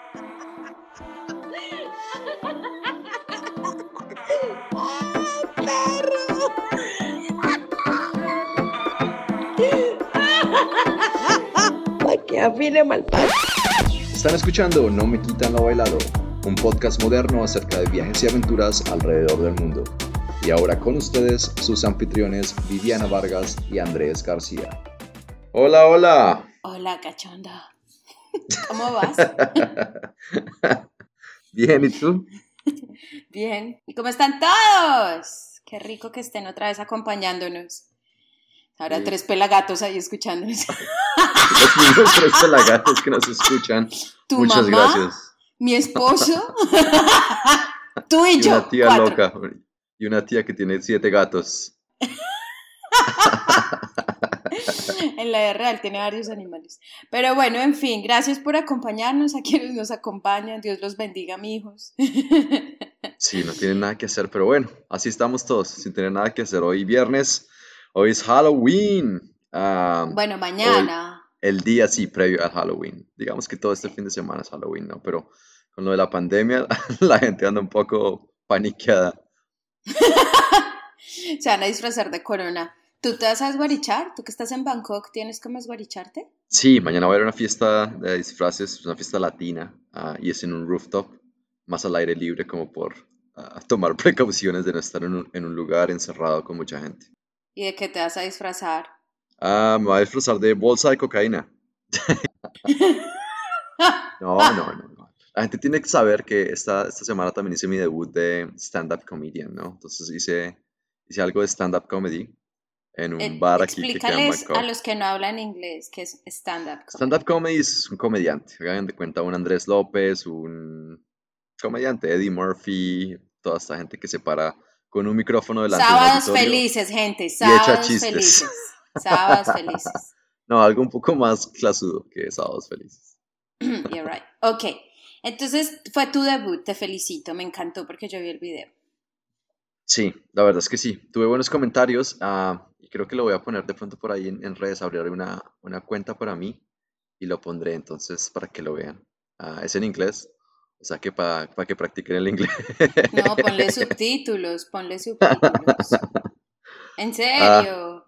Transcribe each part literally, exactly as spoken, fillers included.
Pa' que afine mal padre. Están escuchando No Me Quitan Lo Bailado, un podcast moderno acerca de viajes y aventuras alrededor del mundo. Y ahora con ustedes, sus anfitriones Viviana Vargas y Andrés García. Hola, hola. Hola, cachonda. ¿Cómo vas? Bien, ¿y tú? Bien. ¿Y cómo están todos? Qué rico que estén otra vez acompañándonos. Ahora Sí. tres pelagatos ahí escuchándonos. Los mismos tres pelagatos que nos escuchan. Tu Muchas mamá, gracias. mi esposo, tú y, Y yo. una tía cuatro. loca. Y una tía que tiene siete gatos. En la vida real tiene varios animales. Pero bueno, en fin, gracias por acompañarnos, a quienes nos acompañan. Dios los bendiga, mi hijos. Sí, no tienen nada que hacer, pero bueno, así estamos todos, sin tener nada que hacer. Hoy viernes, hoy es Halloween. Ah, Bueno, o el, mañana. el día sí, previo al Halloween. Digamos que todo este Sí. fin de semana es Halloween, ¿no? Pero con lo de la pandemia, la gente anda un poco paniqueada. Se van a disfrazar de corona. ¿Tú te vas a desguarichar? ¿Tú que estás en Bangkok tienes como desguaricharte? Sí, mañana va a haber una fiesta de disfraces, una fiesta latina, ah, y es en un rooftop, más al aire libre, como por ah, tomar precauciones de no estar en un, en un lugar encerrado con mucha gente. ¿Y de qué te vas a disfrazar? Ah, me va a disfrazar de bolsa de cocaína. No, no, no, no. La gente tiene que saber que esta, esta semana también hice mi debut de stand-up comedian, ¿no? Entonces hice, hice algo de stand-up comedy en un Eh, bar aquí que queda en explícales a Bangkok. los que no hablan inglés qué es stand-up Stand-up comedy. comedy es un comediante. Hagan de cuenta un Andrés López, un comediante, Eddie Murphy, toda esta gente que se para con un micrófono delante de un Sábados auditorio felices, gente, y echa sábados chistes. felices. Sábados felices. No, algo un poco más clasudo que Sábados Felices. You're right. Ok, entonces fue tu debut, te felicito, me encantó porque yo vi el video. Sí, la verdad es que sí. Tuve buenos comentarios ah, y creo que lo voy a poner de pronto por ahí en, en redes. Abriré una, una cuenta para mí y lo pondré entonces para que lo vean. Ah, es en inglés, o sea que para que practiquen el inglés. No, ponle subtítulos, ponle subtítulos. ¿En Ah, serio?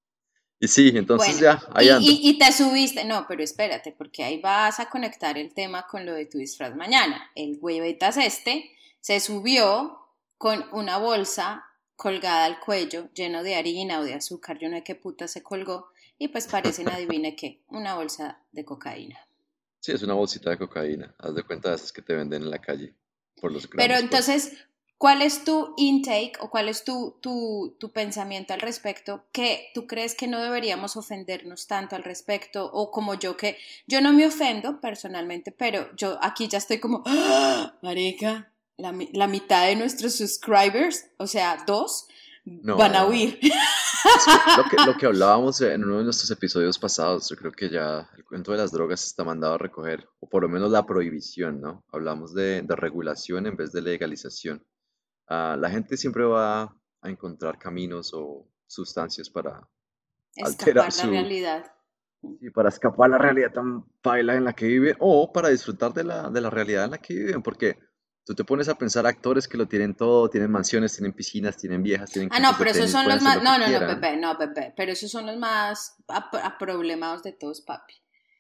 y sí, entonces Bueno, ya, ahí ando. y, y, y te subiste, no, pero espérate, porque ahí vas a conectar el tema con lo de tu disfraz mañana. El huevetas este se subió con una bolsa colgada al cuello, lleno de harina o de azúcar, yo no sé qué puta se colgó, y pues parecen, adivine qué, una bolsa de cocaína. Sí, es una bolsita de cocaína. Haz de cuenta de esas que te venden en la calle por los Pero gramos, pues. entonces, ¿cuál es tu intake o cuál es tu, tu, tu pensamiento al respecto? ¿Que tú crees que no deberíamos ofendernos tanto al respecto? O como yo que, yo no me ofendo personalmente, pero yo aquí ya estoy como, ¡ah! Marica, la, mi- la mitad de nuestros subscribers, o sea, dos, van a No, huir. es que lo que, lo que hablábamos en uno de nuestros episodios pasados, yo creo que ya el cuento de las drogas está mandado a recoger, o por lo menos la prohibición, ¿no? Hablamos de, de regulación en vez de legalización. Ah, la gente siempre va a encontrar caminos o sustancias para alterar Escapar la su, realidad. sí, para escapar a la realidad tan paila en la que viven, o para disfrutar de la, de la realidad en la que viven, porque tú te pones a pensar actores que lo tienen todo, tienen mansiones, tienen piscinas, tienen viejas, tienen Ah, no, canchas de pero esos tenis, son pueden los hacer más, lo que no, no, no, quieran. Pepe, no, Pepe, pero esos son los más ap- aproblemados de todos, papi.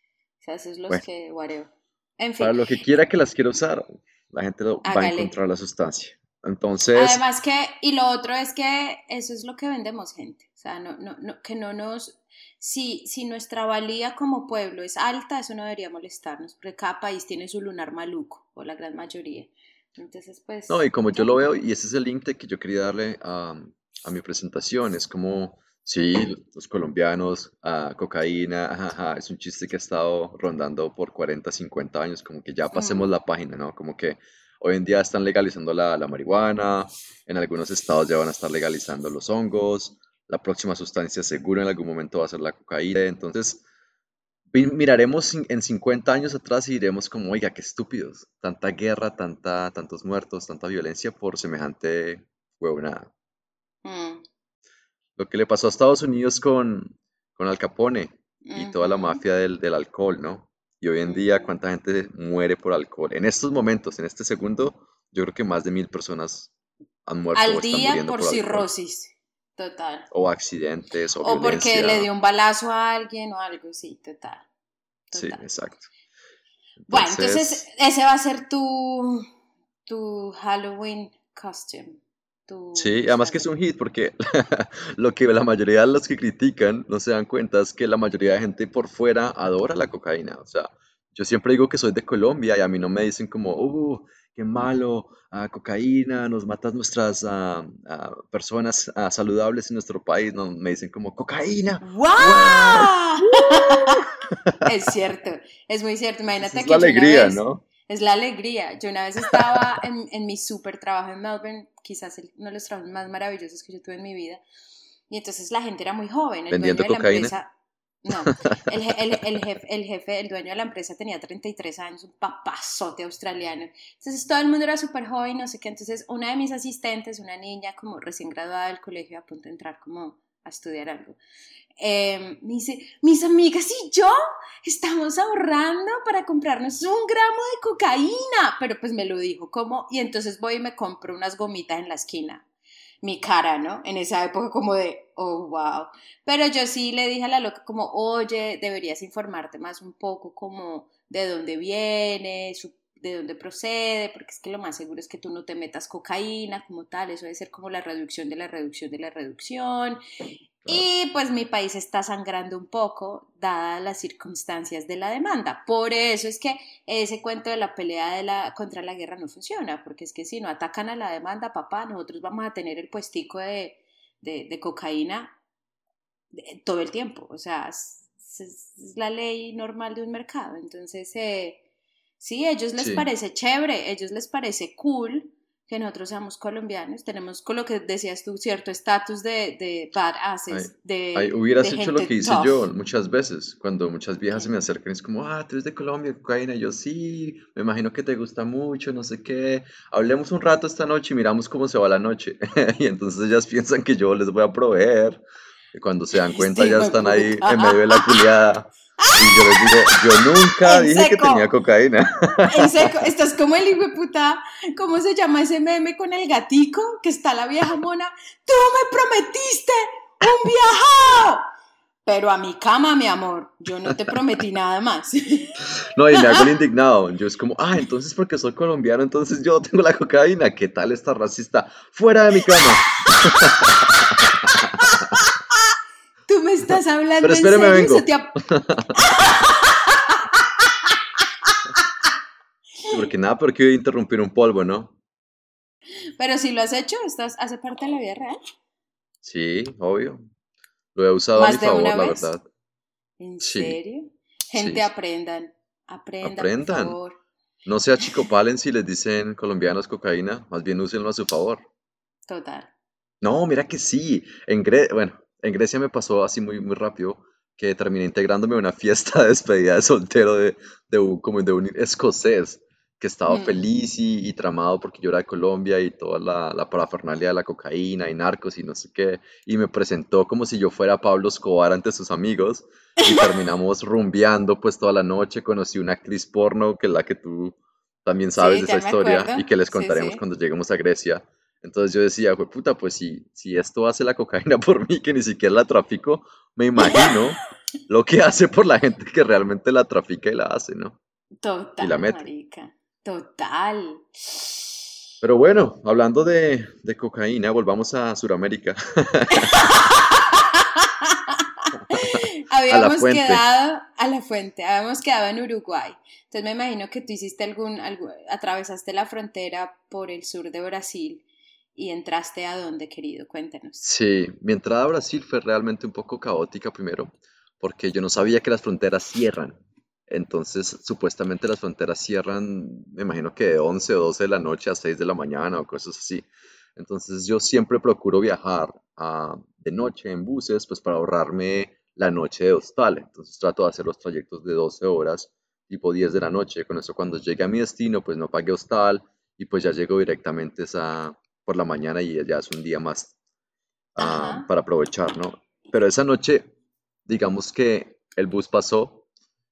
O sea, esos los Bueno, que, whatever. En para fin, lo que quiera que las quiera usar, la gente lo- va a hágale. encontrar la sustancia. Entonces, Además que, y lo otro es que eso es lo que vendemos, gente. O sea, no, no, no, que no nos, si, si nuestra valía como pueblo es alta, eso no debería molestarnos, porque cada país tiene su lunar maluco, o la gran mayoría. Entonces, no, y pues, como yo ya. lo veo, y ese es el link que yo quería darle a, a mi presentación, es como, sí, los colombianos, ah, cocaína, ajaja, es un chiste que ha estado rondando por cuarenta cincuenta años, como que ya pasemos Mm, la página, ¿no? Como que hoy en día están legalizando la, la marihuana, en algunos estados ya van a estar legalizando los hongos, la próxima sustancia seguro en algún momento va a ser la cocaína, entonces vi- miraremos cin- en cincuenta años atrás y diremos como, oiga, qué estúpidos, tanta guerra, tanta, tantos muertos, tanta violencia por semejante huevonada. mm, Lo que le pasó a Estados Unidos con, con Al Capone y toda la ujú. mafia del, del alcohol, ¿no? Y hoy en día, ¿cuánta gente muere por alcohol? En estos momentos, en este segundo, yo creo que más de mil personas han muerto o Al están día muriendo por por alcohol. cirrosis, total. O accidentes o O porque le violencia. dio un balazo a alguien o algo, sí, total, Sí, total. exacto. Bueno, entonces Entonces, ese va a ser tu, tu Halloween costume, tu sí, además que es disfraz. un hit porque lo que la mayoría de los que critican no se dan cuenta es que la mayoría de gente por fuera adora la cocaína. O sea, yo siempre digo que soy de Colombia y a mí no me dicen como, uh, qué malo, ah, cocaína, nos matas nuestras ah, ah, personas ah, saludables en nuestro país. No, me dicen como, cocaína, wow, ¡Guau! uh". Es cierto, es muy cierto. Esa Imagínate es la que yo una alegría, vez, ¿no? es la alegría, yo una vez estaba en, en mi súper trabajo en Melbourne, quizás el- uno de los trabajos más maravillosos que yo tuve en mi vida, y entonces la gente era muy joven, el dueño Vendiendo de la cocaína. empresa, no, el, je- el, el jefe, el jefe, el dueño de la empresa tenía treinta y tres años, un papazote australiano, entonces todo el mundo era súper joven, no sé qué, entonces una de mis asistentes, una niña como recién graduada del colegio, a punto de entrar como a estudiar algo, eh, me dice, mis amigas y yo estamos ahorrando para comprarnos un gramo de cocaína, pero pues me lo dijo como, y entonces voy y me compro unas gomitas en la esquina. Mi cara, ¿no? En esa época como de, oh, wow. Pero yo sí le dije a la loca como, oye, deberías informarte más un poco como de dónde viene, su, de dónde procede, porque es que lo más seguro es que tú no te metas cocaína como tal, eso debe ser como la reducción de la reducción de la reducción. Claro. Y pues mi país está sangrando un poco, dadas las circunstancias de la demanda. Por eso es que ese cuento de la pelea de la, contra la guerra no funciona, porque es que si no atacan a la demanda, papá, nosotros vamos a tener el puestico de, de, de cocaína de, todo el tiempo. O sea, es, es, es, la ley normal de un mercado. Entonces, eh, sí, a ellos les Sí. parece chévere, a ellos les parece cool que nosotros seamos colombianos, tenemos con lo que decías tú, cierto estatus de, de Ay, badasses, ay, de, de hubieras hecho lo gente que hice yo tough. muchas veces, cuando muchas viejas se ¿Qué? me acercan y es como, ah, tú eres de Colombia, cocaína, y yo sí, me imagino que te gusta mucho, no sé qué, hablemos un rato esta noche y miramos cómo se va la noche. Y entonces ellas piensan que yo les voy a proveer, y cuando se dan Este cuenta ya hijo de están ahí en puta. medio de la culiada, y yo les digo, yo nunca En dije que tenía seco, cocaína. en seco. Estás como el hijo de puta. ¿Cómo se llama ese meme con el gatico? Que está la vieja mona. Tú me prometiste un viajado. Pero a mi cama, mi amor. Yo no te prometí nada más. No, y me hago el indignado, yo es como, ah, entonces porque soy colombiano, entonces yo tengo la cocaína, ¿qué tal esta racista? Fuera de mi cama. ¿Tú me estás Pero hablando en espéreme, serio? ¿Se vengo. te ha... Sí, porque nada peor que interrumpir un polvo, ¿no? Pero si lo has hecho, ¿estás, hace parte de la vida real? Sí, obvio. Lo he usado a mi ¿Más de favor, una la vez? verdad. ¿En Sí, serio? sí, Gente, sí. aprendan. Aprendan, por Aprendan. favor. No se achicopalen si les dicen colombianos cocaína, más bien úsenlo a su favor. Total. No, mira que sí. En Gre- bueno, en Grecia me pasó así muy, muy rápido que terminé integrándome a una fiesta de despedida de soltero de, de un, como de un escocés que estaba Mm. feliz y, y tramado porque yo era de Colombia y toda la, la parafernalia de la cocaína y narcos y no sé qué. Y me presentó como si yo fuera Pablo Escobar ante sus amigos y terminamos rumbeando pues toda la noche. Conocí una actriz porno que es la que tú también sabes Sí, de esa ya me historia acuerdo. y que les Sí, contaremos sí. cuando lleguemos a Grecia. Entonces yo decía, "Jue puta, pues si, si esto hace la cocaína por mí, que ni siquiera la trafico, me imagino lo que hace por la gente que realmente la trafica y la hace, ¿no? Y la Total, mete. marica. Total. Pero bueno, hablando de, de cocaína, volvamos a Sudamérica, a la Habíamos fuente. quedado a la fuente, habíamos quedado en Uruguay. Entonces me imagino que tú hiciste algún, algún, atravesaste la frontera por el sur de Brasil y entraste a dónde, querido, cuéntanos. Sí, mi entrada a Brasil fue realmente un poco caótica primero, porque yo no sabía que las fronteras cierran. Entonces, supuestamente las fronteras cierran, me imagino que de once o doce de la noche a seis de la mañana o cosas así. Entonces, yo siempre procuro viajar ah, de noche en buses, pues para ahorrarme la noche de hostal. Entonces, trato de hacer los trayectos de doce horas, tipo diez de la noche. Con eso, cuando llegue a mi destino, pues no pague hostal y pues ya llego directamente esa, por la mañana y ya es un día más ah, Ajá. para aprovechar, ¿no? Pero esa noche, digamos que el bus pasó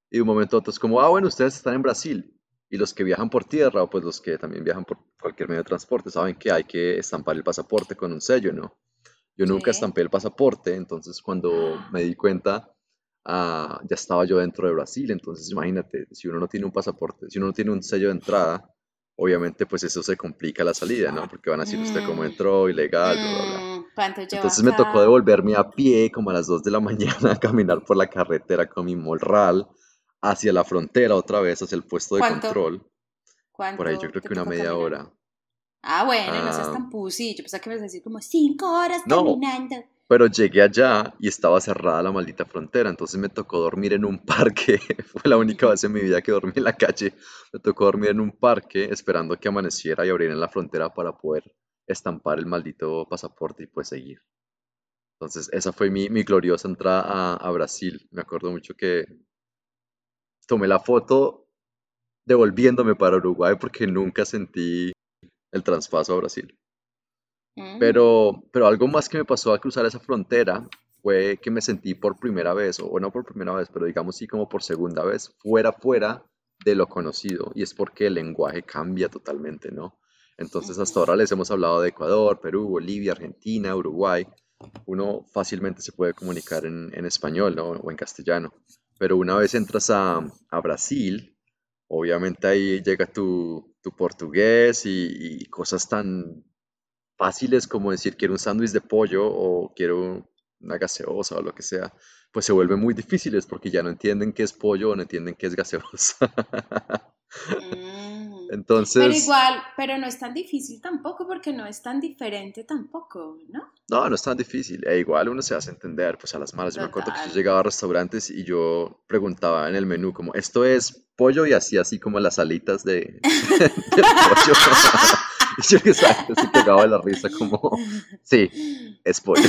Y de un momento a otro es como, ah, bueno, ustedes están en Brasil. Y los que viajan por tierra, o pues los que también viajan por cualquier medio de transporte, saben que hay que estampar el pasaporte con un sello, ¿no? Yo nunca Sí. estampé el pasaporte, entonces cuando me di cuenta, ah, ya estaba yo dentro de Brasil. Entonces imagínate, si uno no tiene un pasaporte, si uno no tiene un sello de entrada, obviamente pues eso se complica la salida, ¿no? Porque van a decir usted cómo Mm, entró, ilegal, bla, bla, bla. mm, ¿cuánto lleva Entonces me tocó acá? devolverme a pie como a las dos de la mañana a caminar por la carretera con mi morral hacia la frontera otra vez, hacia el puesto de ¿Cuánto? control. Por ahí yo ¿Cuánto creo te que una tocó media caminar? hora. Ah, bueno, no seas Ah, tan pussy. Yo pensaba que me ibas a decir como cinco horas no, caminando. pero llegué allá y estaba cerrada la maldita frontera, entonces me tocó dormir en un parque. Fue la única vez en mi vida que dormí en la calle. Me tocó dormir en un parque esperando que amaneciera y abrieran la frontera para poder estampar el maldito pasaporte y pues seguir. Entonces, esa fue mi, mi gloriosa entrada a, a Brasil. Me acuerdo mucho que tomé la foto devolviéndome para Uruguay porque nunca sentí el traspaso a Brasil. Mm, Pero, pero algo más que me pasó al cruzar esa frontera fue que me sentí por primera vez, o no por primera vez, pero digamos sí como por segunda vez, fuera, fuera de lo conocido. Y es porque el lenguaje cambia totalmente, ¿no? Entonces, hasta ahora ujú. les hemos hablado de Ecuador, Perú, Bolivia, Argentina, Uruguay. Uno fácilmente se puede comunicar en, en español, ¿no? O en castellano. Pero una vez entras a, a Brasil, obviamente ahí llega tu, tu portugués y, y cosas tan fáciles como decir quiero un sándwich de pollo o quiero una gaseosa o lo que sea, pues se vuelven muy difíciles porque ya no entienden qué es pollo o no entienden qué es gaseosa. Mm. Pero Entonces, igual, pero no es tan difícil tampoco porque no es tan diferente tampoco, ¿no? no, no es tan difícil. E igual uno se hace entender, pues a las malas. Yo me acuerdo que yo Total. llegaba a restaurantes y yo preguntaba en el menú como, ¿esto es pollo? Y así, así como las alitas de, del pollo. Y yo que esa gente se cagaba de la risa como, sí, es pollo.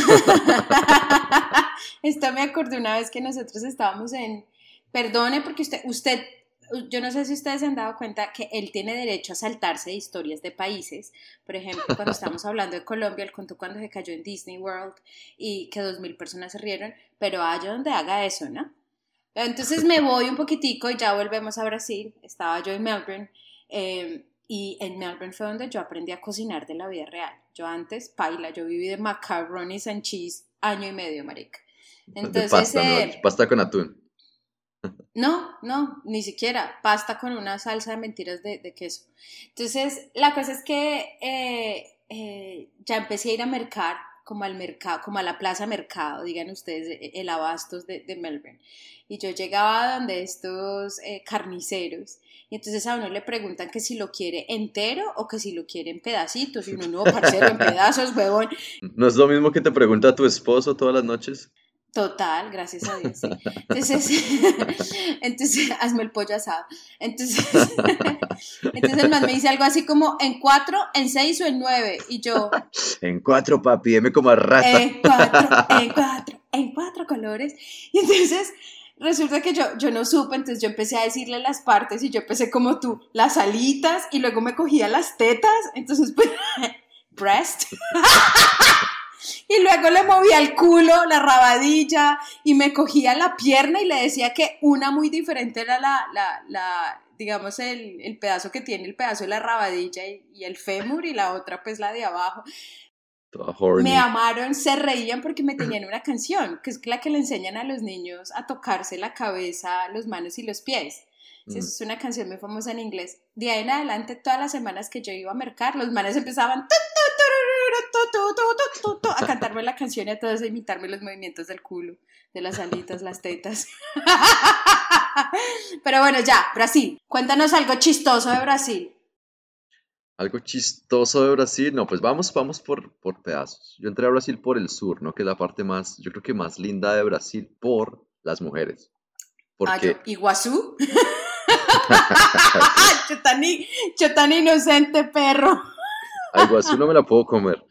Esto me acordé una vez que nosotros estábamos en, perdone porque usted, usted, yo no sé si ustedes se han dado cuenta que él tiene derecho a saltarse de historias de países. Por ejemplo, cuando estábamos hablando de Colombia, él contó cuando se cayó en Disney World y que dos mil personas se rieron, pero haya donde haga eso, ¿no? Entonces me voy un poquitico y ya volvemos a Brasil. Estaba yo en Melbourne eh, y en Melbourne fue donde yo aprendí a cocinar de la vida real. Yo antes, paila, yo viví de macarronis and cheese año y medio, marica. De Entonces, pasta, mejor dicho, eh, pasta con atún. no, no, ni siquiera. Pasta con una salsa de mentiras de, de queso. Entonces, la cosa es que eh, eh, ya empecé a ir a mercar, como al mercado, como a la plaza mercado, digan ustedes, eh, el abastos de, de Melbourne. Y yo llegaba donde estos eh, carniceros, y entonces a uno le preguntan que si lo quiere entero o que si lo quiere en pedacitos. Y uno, no, parcero, en pedazos, huevón. ¿No es lo mismo que te pregunta tu esposo todas las noches? Total, gracias a Dios, sí. Entonces, entonces, hazme el pollo asado. Entonces, entonces el man me dice algo así como en cuatro, en seis o en nueve. Y yo, En cuatro, papi, deme como a rata. en cuatro, en cuatro, en cuatro colores. Y entonces resulta que yo, yo no supe, entonces yo empecé a decirle las partes y yo empecé como tú, las alitas y luego me cogía las tetas. Entonces, pues, breast. Y luego le movía el culo, la rabadilla, y me cogía la pierna y le decía que una muy diferente era la, la, la digamos, el, el pedazo que tiene el pedazo de la rabadilla y, y el fémur, y la otra pues la de abajo. Toda Me horny. amaron, se reían porque me tenían una canción, que es la que le enseñan a los niños a tocarse la cabeza, los manos y los pies. Sí, eso Mm. es una canción muy famosa en inglés. De ahí en adelante, todas las semanas que yo iba a mercar, los manes empezaban tu, tu, tu, tu, tu, tu, tu, a cantarme la canción y a todos a imitarme los movimientos del culo, de las alitas, las tetas. Pero bueno, ya, Brasil. Cuéntanos algo chistoso de Brasil. Algo chistoso de Brasil. No, pues vamos, vamos por, por pedazos. Yo entré a Brasil por el sur, ¿no? Que es la parte más, yo creo que más linda de Brasil por las mujeres. Ah, yo, Porque, Iguazú. sí, yo, tan, yo tan inocente, perro. a Iguazú no me la puedo comer.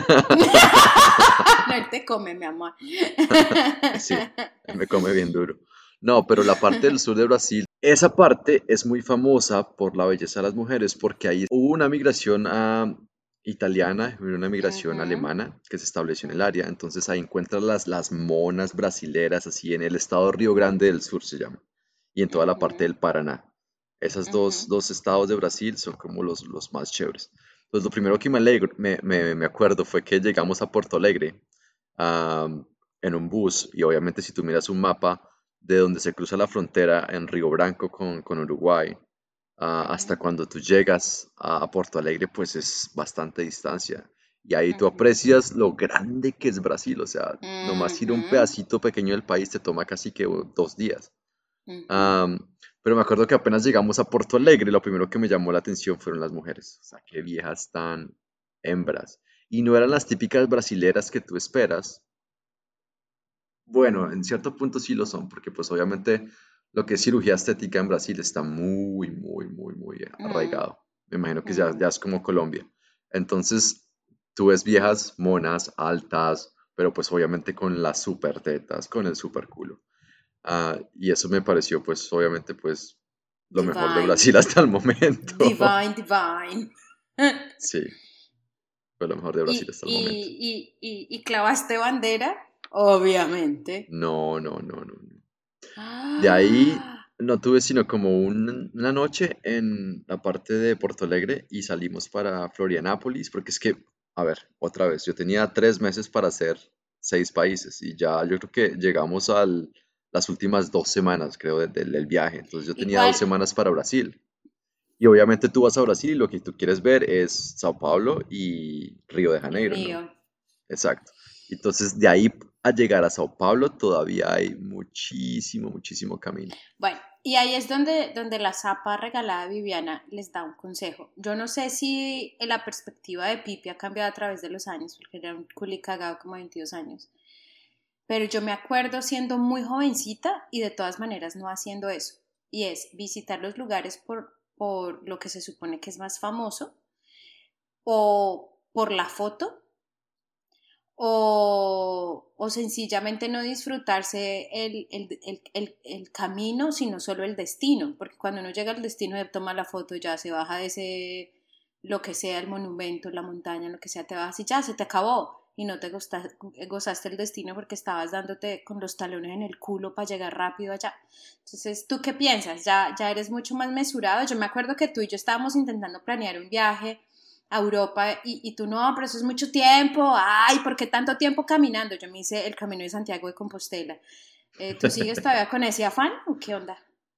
No, él te come, mi amor. Sí, él me come bien duro. No, pero la parte del sur de Brasil, esa parte es muy famosa por la belleza de las mujeres, porque ahí hubo una migración ah, italiana y una migración Ujú, alemana que se estableció en el ujú. área. Entonces ahí encuentras las, las monas brasileras, así en el estado Río Grande del Sur se llama. y en toda la parte Ujú, del Paraná. Esas dos, ujú, dos estados de Brasil son como los, los más chéveres. Pues lo primero que me, alegro- me, me- me acuerdo fue que llegamos a Porto Alegre am, en un bus y obviamente si tú miras un mapa de donde se cruza la frontera en Río Branco con, con Uruguay, ah, hasta ujú, cuando tú llegas a, a Porto Alegre, pues es bastante distancia. Y ahí tú ujú, aprecias lo grande que es Brasil. O sea, nomás ir a un ujú, pedacito pequeño del país te toma casi que uh, dos días. ujú. Am, pero me acuerdo que apenas llegamos a Porto Alegre, lo primero que me llamó la atención fueron las mujeres. O sea, qué viejas tan hembras. Y no eran las típicas brasileras que tú esperas. Bueno, en cierto punto sí lo son, porque pues obviamente lo que es cirugía estética en Brasil está muy, muy, muy, muy Mm, arraigado. Me imagino que ya, ya mm. es como Colombia. Entonces, tú ves viejas, monas, altas, pero pues obviamente con las super tetas, con el super culo. Ah, y eso me pareció pues obviamente pues lo mejor de Divine, Brasil hasta el momento. divine, divine. Sí, fue lo mejor de Brasil ¿Y, hasta el momento. y, y, y, y clavaste bandera? Obviamente. No, no, no, no, no. De ahí ¡Ah! no tuve sino como un- una noche en la parte de Porto Alegre y salimos para Florianápolis, porque es que, a ver, otra vez, yo tenía tres meses para hacer seis países y ya yo creo que llegamos a las últimas dos semanas, creo, de- del del viaje. Entonces yo ¿Y tenía dos cuál? semanas para Brasil. Y obviamente tú vas a Brasil y lo que tú quieres ver es Sao Paulo y Río de Y Janeiro, ¿no? Río. Exacto. Entonces, de ahí a llegar a Sao Paulo todavía hay muchísimo, muchísimo camino. Bueno, y ahí es donde, donde la zapa regalada de Viviana les da un consejo. Yo no sé si la perspectiva de Pipi ha cambiado a través de los años, porque era un culi cagado como veintidós años. Pero yo me acuerdo siendo muy jovencita y de todas maneras no haciendo eso. Y es visitar los lugares por, por lo que se supone que es más famoso o por la foto o, o sencillamente no disfrutarse el, el, el, el, el camino, sino solo el destino, porque cuando uno llega al destino de tomar la foto ya se baja de ese, lo que sea, el monumento, la montaña, lo que sea, te bajas y ya se te acabó y no te gozaste, gozaste el destino porque estabas dándote con los talones en el culo para llegar rápido allá. Entonces, ¿tú qué piensas? Ya, ya eres mucho más mesurado. Yo me acuerdo que tú y yo estábamos intentando planear un viaje a Europa y, y tú no, pero eso es mucho tiempo, ay, ¿por qué tanto tiempo caminando? Yo me hice el Camino de Santiago de Compostela. Eh, ¿Tú sigues todavía con ese afán o qué onda?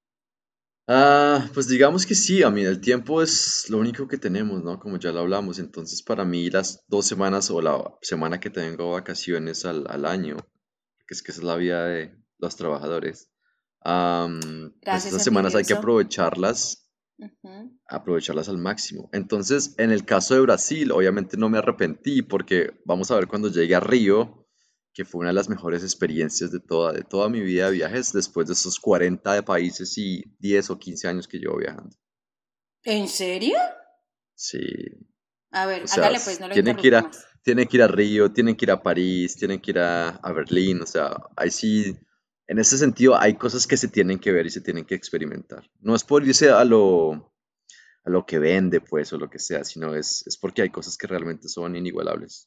Ah, pues digamos que sí, a mí el tiempo es lo único que tenemos, ¿no? Como ya lo hablamos, entonces para mí las dos semanas o la semana que tengo vacaciones al, al año, que es que esa es la vida de los trabajadores, am, pues Gracias, esas semanas hay que envidioso. aprovecharlas Ujú. aprovecharlas al máximo. Entonces, en el caso de Brasil, obviamente no me arrepentí porque vamos a ver cuando llegue a Río, que fue una de las mejores experiencias de toda, de toda mi vida de viajes después de esos cuarenta de países y diez o quince años que llevo viajando. ¿En serio? Sí, A o ver, sea, hágale pues, s- no lo tienen que ir interrumpo a, más. tienen que ir a Río, tienen que ir a París, tienen que ir a, a Berlín, o sea, ahí sí, en ese sentido hay cosas que se tienen que ver y se tienen que experimentar. No es por irse a lo, a lo que vende, pues, o lo que sea, sino es, es porque hay cosas que realmente son inigualables.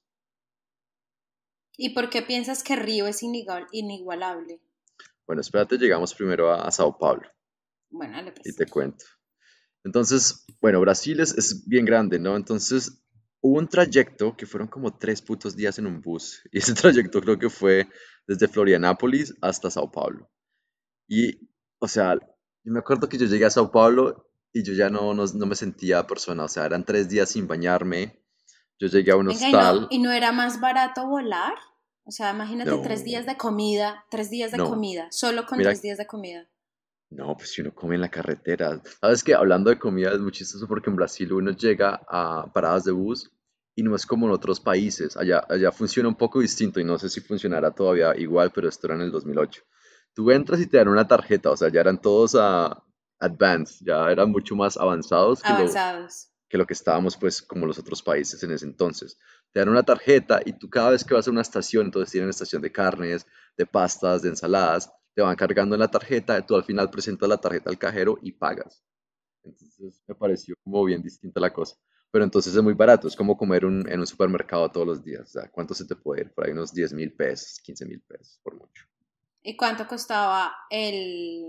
¿Y por qué piensas que Río es inigual- inigualable? Bueno, espérate, llegamos primero a, a Sao Paulo Bueno, dale y pues. te cuento. Entonces, bueno, Brasil es, es bien grande, ¿no? Entonces, hubo un trayecto que fueron como tres putos días en un bus, y ese trayecto creo que fue desde Florianápolis hasta Sao Paulo. Y, o sea, yo me acuerdo que yo llegué a Sao Paulo y yo ya no, no, no me sentía persona, o sea, eran tres días sin bañarme. Yo llegué a un Venga, ¿y no, hostal. ¿y no era más barato volar? O sea, imagínate tres días No, de comida, tres días de no. comida, solo con Mira, tres días de comida. no, pues si uno come en la carretera. Sabes que hablando de comida es muy chistoso porque en Brasil uno llega a paradas de bus y no es como en otros países. Allá, allá funciona un poco distinto y no sé si funcionará todavía igual, pero esto era en el dos mil ocho. Tú entras y te dan una tarjeta, o sea, ya eran todos a advanced, ya eran mucho más avanzados que lo, Avanzados. que lo que estábamos pues como los otros países en ese entonces. Te dan una tarjeta y tú cada vez que vas a una estación, entonces tienen estación de carnes, de pastas, de ensaladas, te van cargando en la tarjeta, tú al final presentas la tarjeta al cajero y pagas. Entonces me pareció como bien distinta la cosa. Pero entonces es muy barato, es como comer un- en un supermercado todos los días. O sea, ¿cuánto se te puede ir? Por ahí unos diez mil pesos, quince mil pesos, por mucho. ¿Y cuánto costaba el,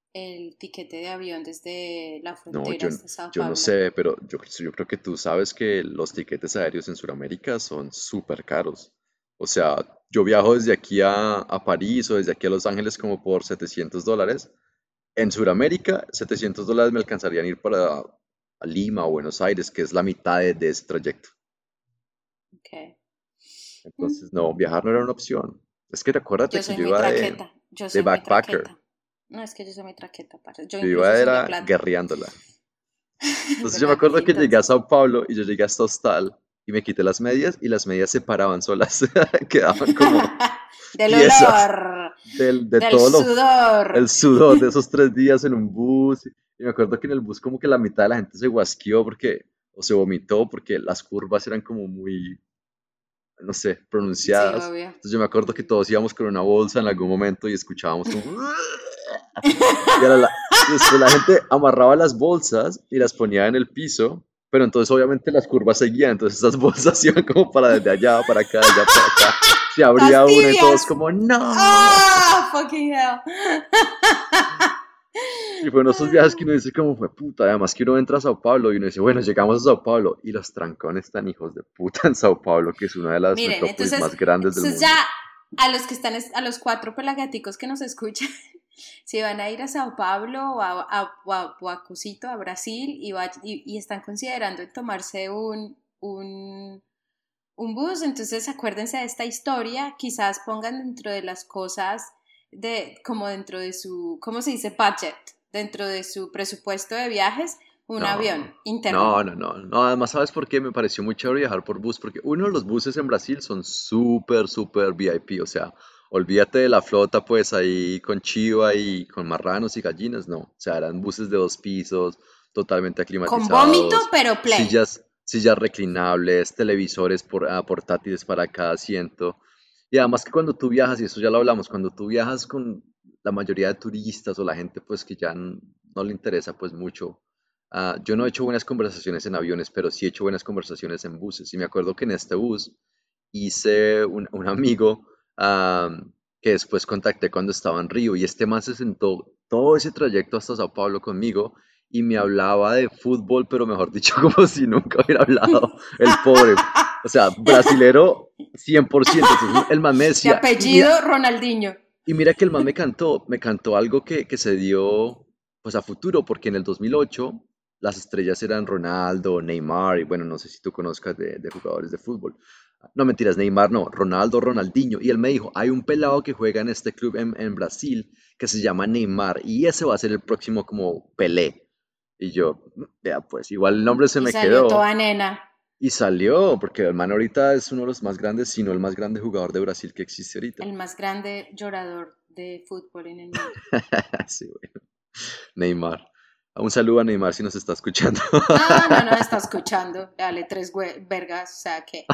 el tiquete de avión desde la No, frontera yo, hasta Sao yo no Paulo. sé, pero yo, yo creo que tú sabes que los tiquetes aéreos en Sudamérica son súper caros. O sea, yo viajo desde aquí a, a París o desde aquí a Los Ángeles como por setecientos dólares. En Sudamérica, setecientos dólares me alcanzarían ir para a Lima o Buenos Aires, que es la mitad de, de ese trayecto. Okay. Mm. Entonces, no, viajar no era una opción. Es que recuérdate Yo que soy yo muy iba de, traqueta, yo de soy muy backpacker, traqueta. No, es que yo soy muy traqueta, parce. Yo yo iba incluso soy de era plata. guerreándola. Entonces yo me ¿Verdad que sí, acuerdo que llegué a entonces? Sao Paulo y yo llegué hasta Hostal y me quité las medias y las medias se paraban solas, quedaban como Del tiesas olor, del, de del todo lo, sudor. el sudor de esos tres días en un bus. Y me acuerdo que en el bus como que la mitad de la gente se guasqueó porque, o se vomitó porque las curvas eran como muy, no sé, Sí, pronunciadas. obvio. Entonces yo me acuerdo que todos íbamos con una bolsa en algún momento y escuchábamos como... Y, ahora la- y después la gente amarraba las bolsas y las ponía en el piso, pero entonces obviamente las curvas seguían, entonces esas bolsas iban como para desde allá, para acá, de allá, para acá. Se abría Todas una y todos tibias. como, no. Ah, fucking hell. Y fue uno de esos viajes que uno dice como fue puta, además que uno entra a Sao Paulo y uno dice, bueno, llegamos a Sao Paulo y los trancones están hijos de puta en Sao Paulo, que es una de las Miren, metrópolis entonces, más grandes del entonces mundo. ya a los que están, a los cuatro pelagaticos que nos escuchan, si van a ir a Sao Paulo o a, a, o a, o a Cusito, a Brasil, y, va- y, y están considerando en tomarse un, un, un bus, entonces acuérdense de esta historia, quizás pongan dentro de las cosas, de, como dentro de su, ¿cómo se dice? Budget, dentro de su presupuesto de viajes, un No, avión interno. no, no, no, no. Además, ¿sabes por qué? Me pareció muy chévere viajar por bus, porque uno, los buses en Brasil son súper, súper V I P. O sea, olvídate de la flota, pues ahí con chiva y con marranos y gallinas, no. O sea, eran buses de dos pisos, totalmente Con vómito, aclimatizados, pero pleno. sillas, sillas reclinables, televisores por, ah, portátiles para cada asiento. Y además que cuando tú viajas, y eso ya lo hablamos, cuando tú viajas con la mayoría de turistas o la gente pues que ya n- no le interesa pues mucho. Ah, yo no he hecho buenas conversaciones en aviones, pero sí he hecho buenas conversaciones en buses. Y me acuerdo que en este bus hice un, un amigo am, que después contacté cuando estaba en Río y este man se sentó todo ese trayecto hasta Sao Paulo conmigo y me hablaba de fútbol, pero mejor dicho, como si nunca hubiera hablado el pobre. O sea, brasilero cien por ciento. Entonces el man me De decía, y mira, apellido Ronaldinho. y mira que el man me cantó, me cantó algo que, que se dio pues a futuro, porque en el dos mil ocho las estrellas eran Ronaldo, Neymar, y bueno, no sé si tú conozcas de, de jugadores de fútbol. No, mentiras, Neymar no, Ronaldo, Ronaldinho. Y él me dijo, hay un pelado que juega en este club en, en Brasil que se llama Neymar, y ese va a ser el próximo como Pelé. Y yo, "Mm, vea, pues igual el nombre se Y me salió quedó. toda nena. Y salió, porque el man ahorita es uno de los más grandes, si no el más grande jugador de Brasil que existe ahorita. El más grande llorador de fútbol en el mundo. Sí, bueno. Neymar. Un saludo a Neymar si nos está escuchando. No, no nos está escuchando. Dale tres hue- vergas, o sea que.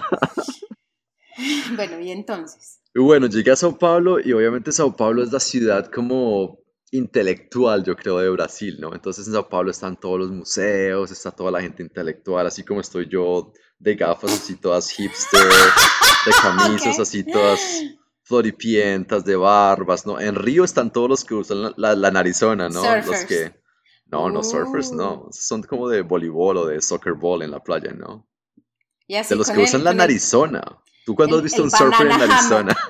Bueno, y entonces. Y bueno, llegué a Sao Paulo y obviamente Sao Paulo es la ciudad como intelectual, yo creo, de Brasil, ¿no? Entonces en Sao Paulo están todos los museos, está toda la gente intelectual, así como estoy yo de gafas así todas hipster, de Ok. camisas así todas floripientas, de barbas, ¿no? En Río están todos los que usan la, la, la narizona, ¿no? Los Surfers. que... No, no surfers, Uh. no. Son como de voleibol o de soccer ball en la playa, ¿no? Y De así los que con usan el, la con el, narizona. ¿Tú cuándo has el, visto el un surfer banana en Arizona? hammock.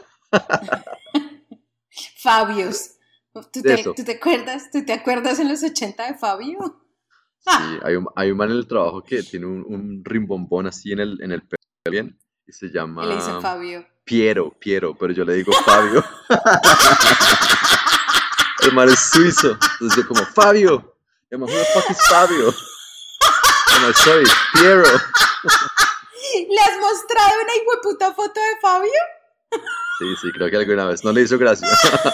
Fabius. ¿Tú De te, eso. tú te acuerdas? ¿Tú te acuerdas en los ochenta de Fabio? Sí, hay un, hay un man en el trabajo que tiene un, un rimbombón así en el, en el pelo bien y se Y le dicen llama Fabio. Piero, Piero, pero yo le digo Fabio. El man es suizo. Entonces yo como, Fabio. Y el man, who the fuck is Fabio? I'm like, sorry, Piero. ¿Le has mostrado una hijueputa foto de Fabio? Sí, sí, creo que alguna vez. No le hizo gracia.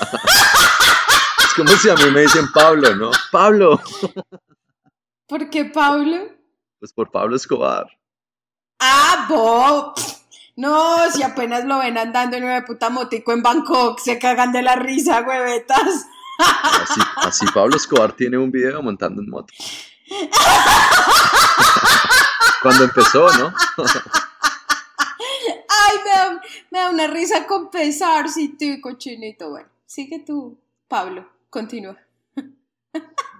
Es como si a mí me dicen Pablo, ¿no? Pablo. ¿Por qué Pablo? Pues por Pablo Escobar. Ah, Bob. No, si apenas lo ven andando en una puta motico en Bangkok, se cagan de la risa, huevetas. No, así, así Pablo Escobar tiene un video montando en moto. Cuando empezó, ¿no? Ay, me da, me da una risa con pesar, si tú, cochinito. Bueno, sigue tú, Pablo, continúa.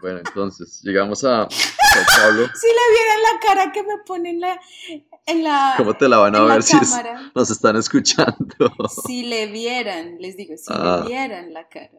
Bueno, entonces llegamos a Sao Paulo. Si le vieran la cara que me pone en la, en la, ¿Cómo te la van a en ver la si es- cámara. nos están escuchando? Si le vieran, les digo, si le Ah, vieran la cara.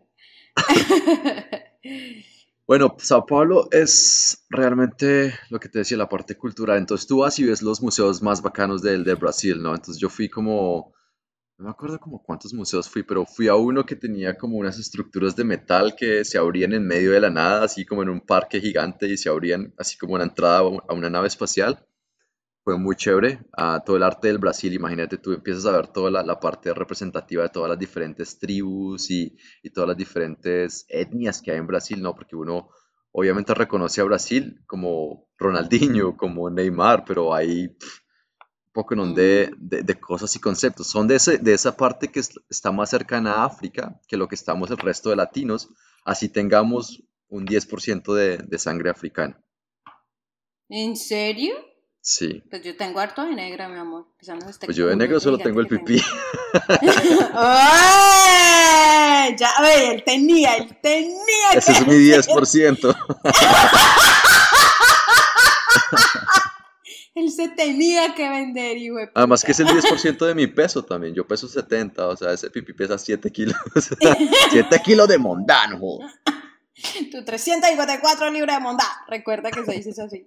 bueno, Sao Paulo es realmente lo que te decía, la parte cultural. Entonces tú vas y ves los museos más bacanos del, de Brasil, ¿no? Entonces yo fui como, no me acuerdo como cuántos museos fui, pero fui a uno que tenía como unas estructuras de metal que se abrían en medio de la nada, así como en un parque gigante y se abrían así como una entrada a un- a una nave espacial. Fue muy chévere. Ah, todo el arte del Brasil, imagínate, tú empiezas a ver toda la, la parte representativa de todas las diferentes tribus y, y todas las diferentes etnias que hay en Brasil, ¿no? Porque uno obviamente reconoce a Brasil como Ronaldinho, como Neymar, pero hay pf, un poco ¿no? de, Mm. de, de cosas y conceptos. Son de, ese, de esa parte que es- está más cercana a África que lo que estamos el resto de latinos, así tengamos un diez por ciento de, de sangre africana. ¿En serio? Sí. Pues yo tengo harto de negra, mi amor. Empezando este Pues yo de culo negro de solo gigante tengo el que tengo. pipí. ¡Ay! Ya ve, él tenía, él tenía Ese es que mi diez por decir. ciento. Él se tenía que vender, hijo de Además que puta. es el diez por ciento de mi peso también. Yo peso setenta, o sea, ese pipí pesa siete kilos. siete kilos de mondano. Joder. Tu trescientos cincuenta y cuatro libras de mondá. Recuerda que se dice eso así.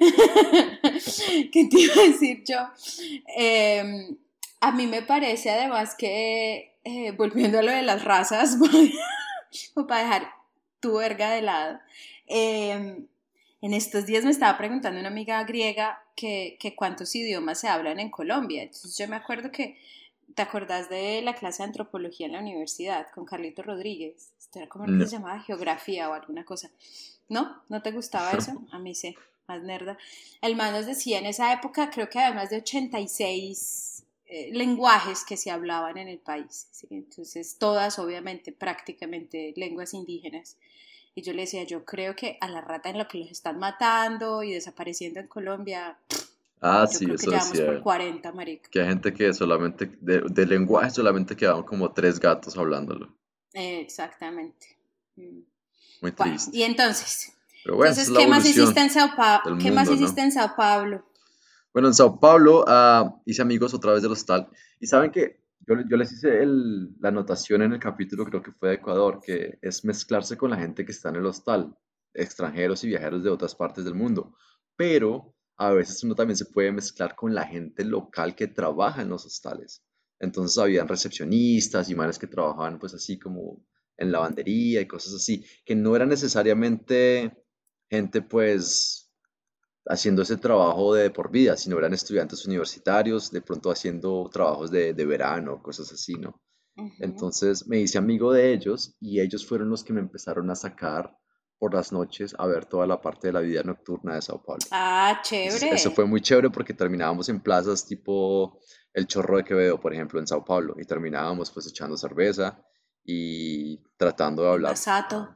¿Qué te iba a decir yo? Eh, a mí me parece además que, eh, volviendo a lo de las razas, o para dejar tu verga de lado, eh, en estos días me estaba preguntando una amiga griega que, que cuántos idiomas se hablan en Colombia. Entonces yo me acuerdo que, ¿te acordás de la clase de antropología en la universidad con Carlito Rodríguez? Esto era como lo que se No. llamaba geografía o alguna cosa. ¿No? ¿No te gustaba eso? A mí sí, más nerda. El man nos decía en esa época, creo que había más de ochenta y seis eh, lenguajes que se hablaban en el país. ¿Sí? Entonces, todas, obviamente, prácticamente lenguas indígenas. Y yo le decía, yo creo que a la rata en lo que los están matando y desapareciendo en Colombia, Ah, yo sí, creo que eso ya vamos decía por él. cuarenta, marica. Que hay gente que solamente, de, de lenguaje solamente quedaban como tres gatos hablándolo. Eh, exactamente. Mm. Muy Bueno, triste. y entonces, Pero bueno, esa entonces, es la ¿qué más hiciste evolución en Sao Paulo? del ¿Qué más mundo, hiciste ¿no? en Sao Paulo? Bueno, en Sao Paulo ah, hice amigos otra vez del hostal. Y saben que yo, le- yo les hice el- la anotación en el capítulo, creo que fue de Ecuador, que es mezclarse con la gente que está en el hostal, extranjeros y viajeros de otras partes del mundo. Pero a veces uno también se puede mezclar con la gente local que trabaja en los hostales. Entonces habían recepcionistas y manes que trabajaban pues así como en lavandería y cosas así, que no eran necesariamente gente pues haciendo ese trabajo de por vida, si no eran estudiantes universitarios, de pronto haciendo trabajos de, de verano, cosas así, ¿no? Ujú. Entonces me hice amigo de ellos y ellos fueron los que me empezaron a sacar por las noches a ver toda la parte de la vida nocturna de Sao Paulo. Ah, Entonces eso chévere. fue muy chévere porque terminábamos en plazas tipo el Chorro de Quevedo, por ejemplo, en Sao Paulo, y terminábamos pues echando cerveza y tratando de Y hablar Masato. ah,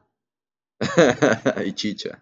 y chicha,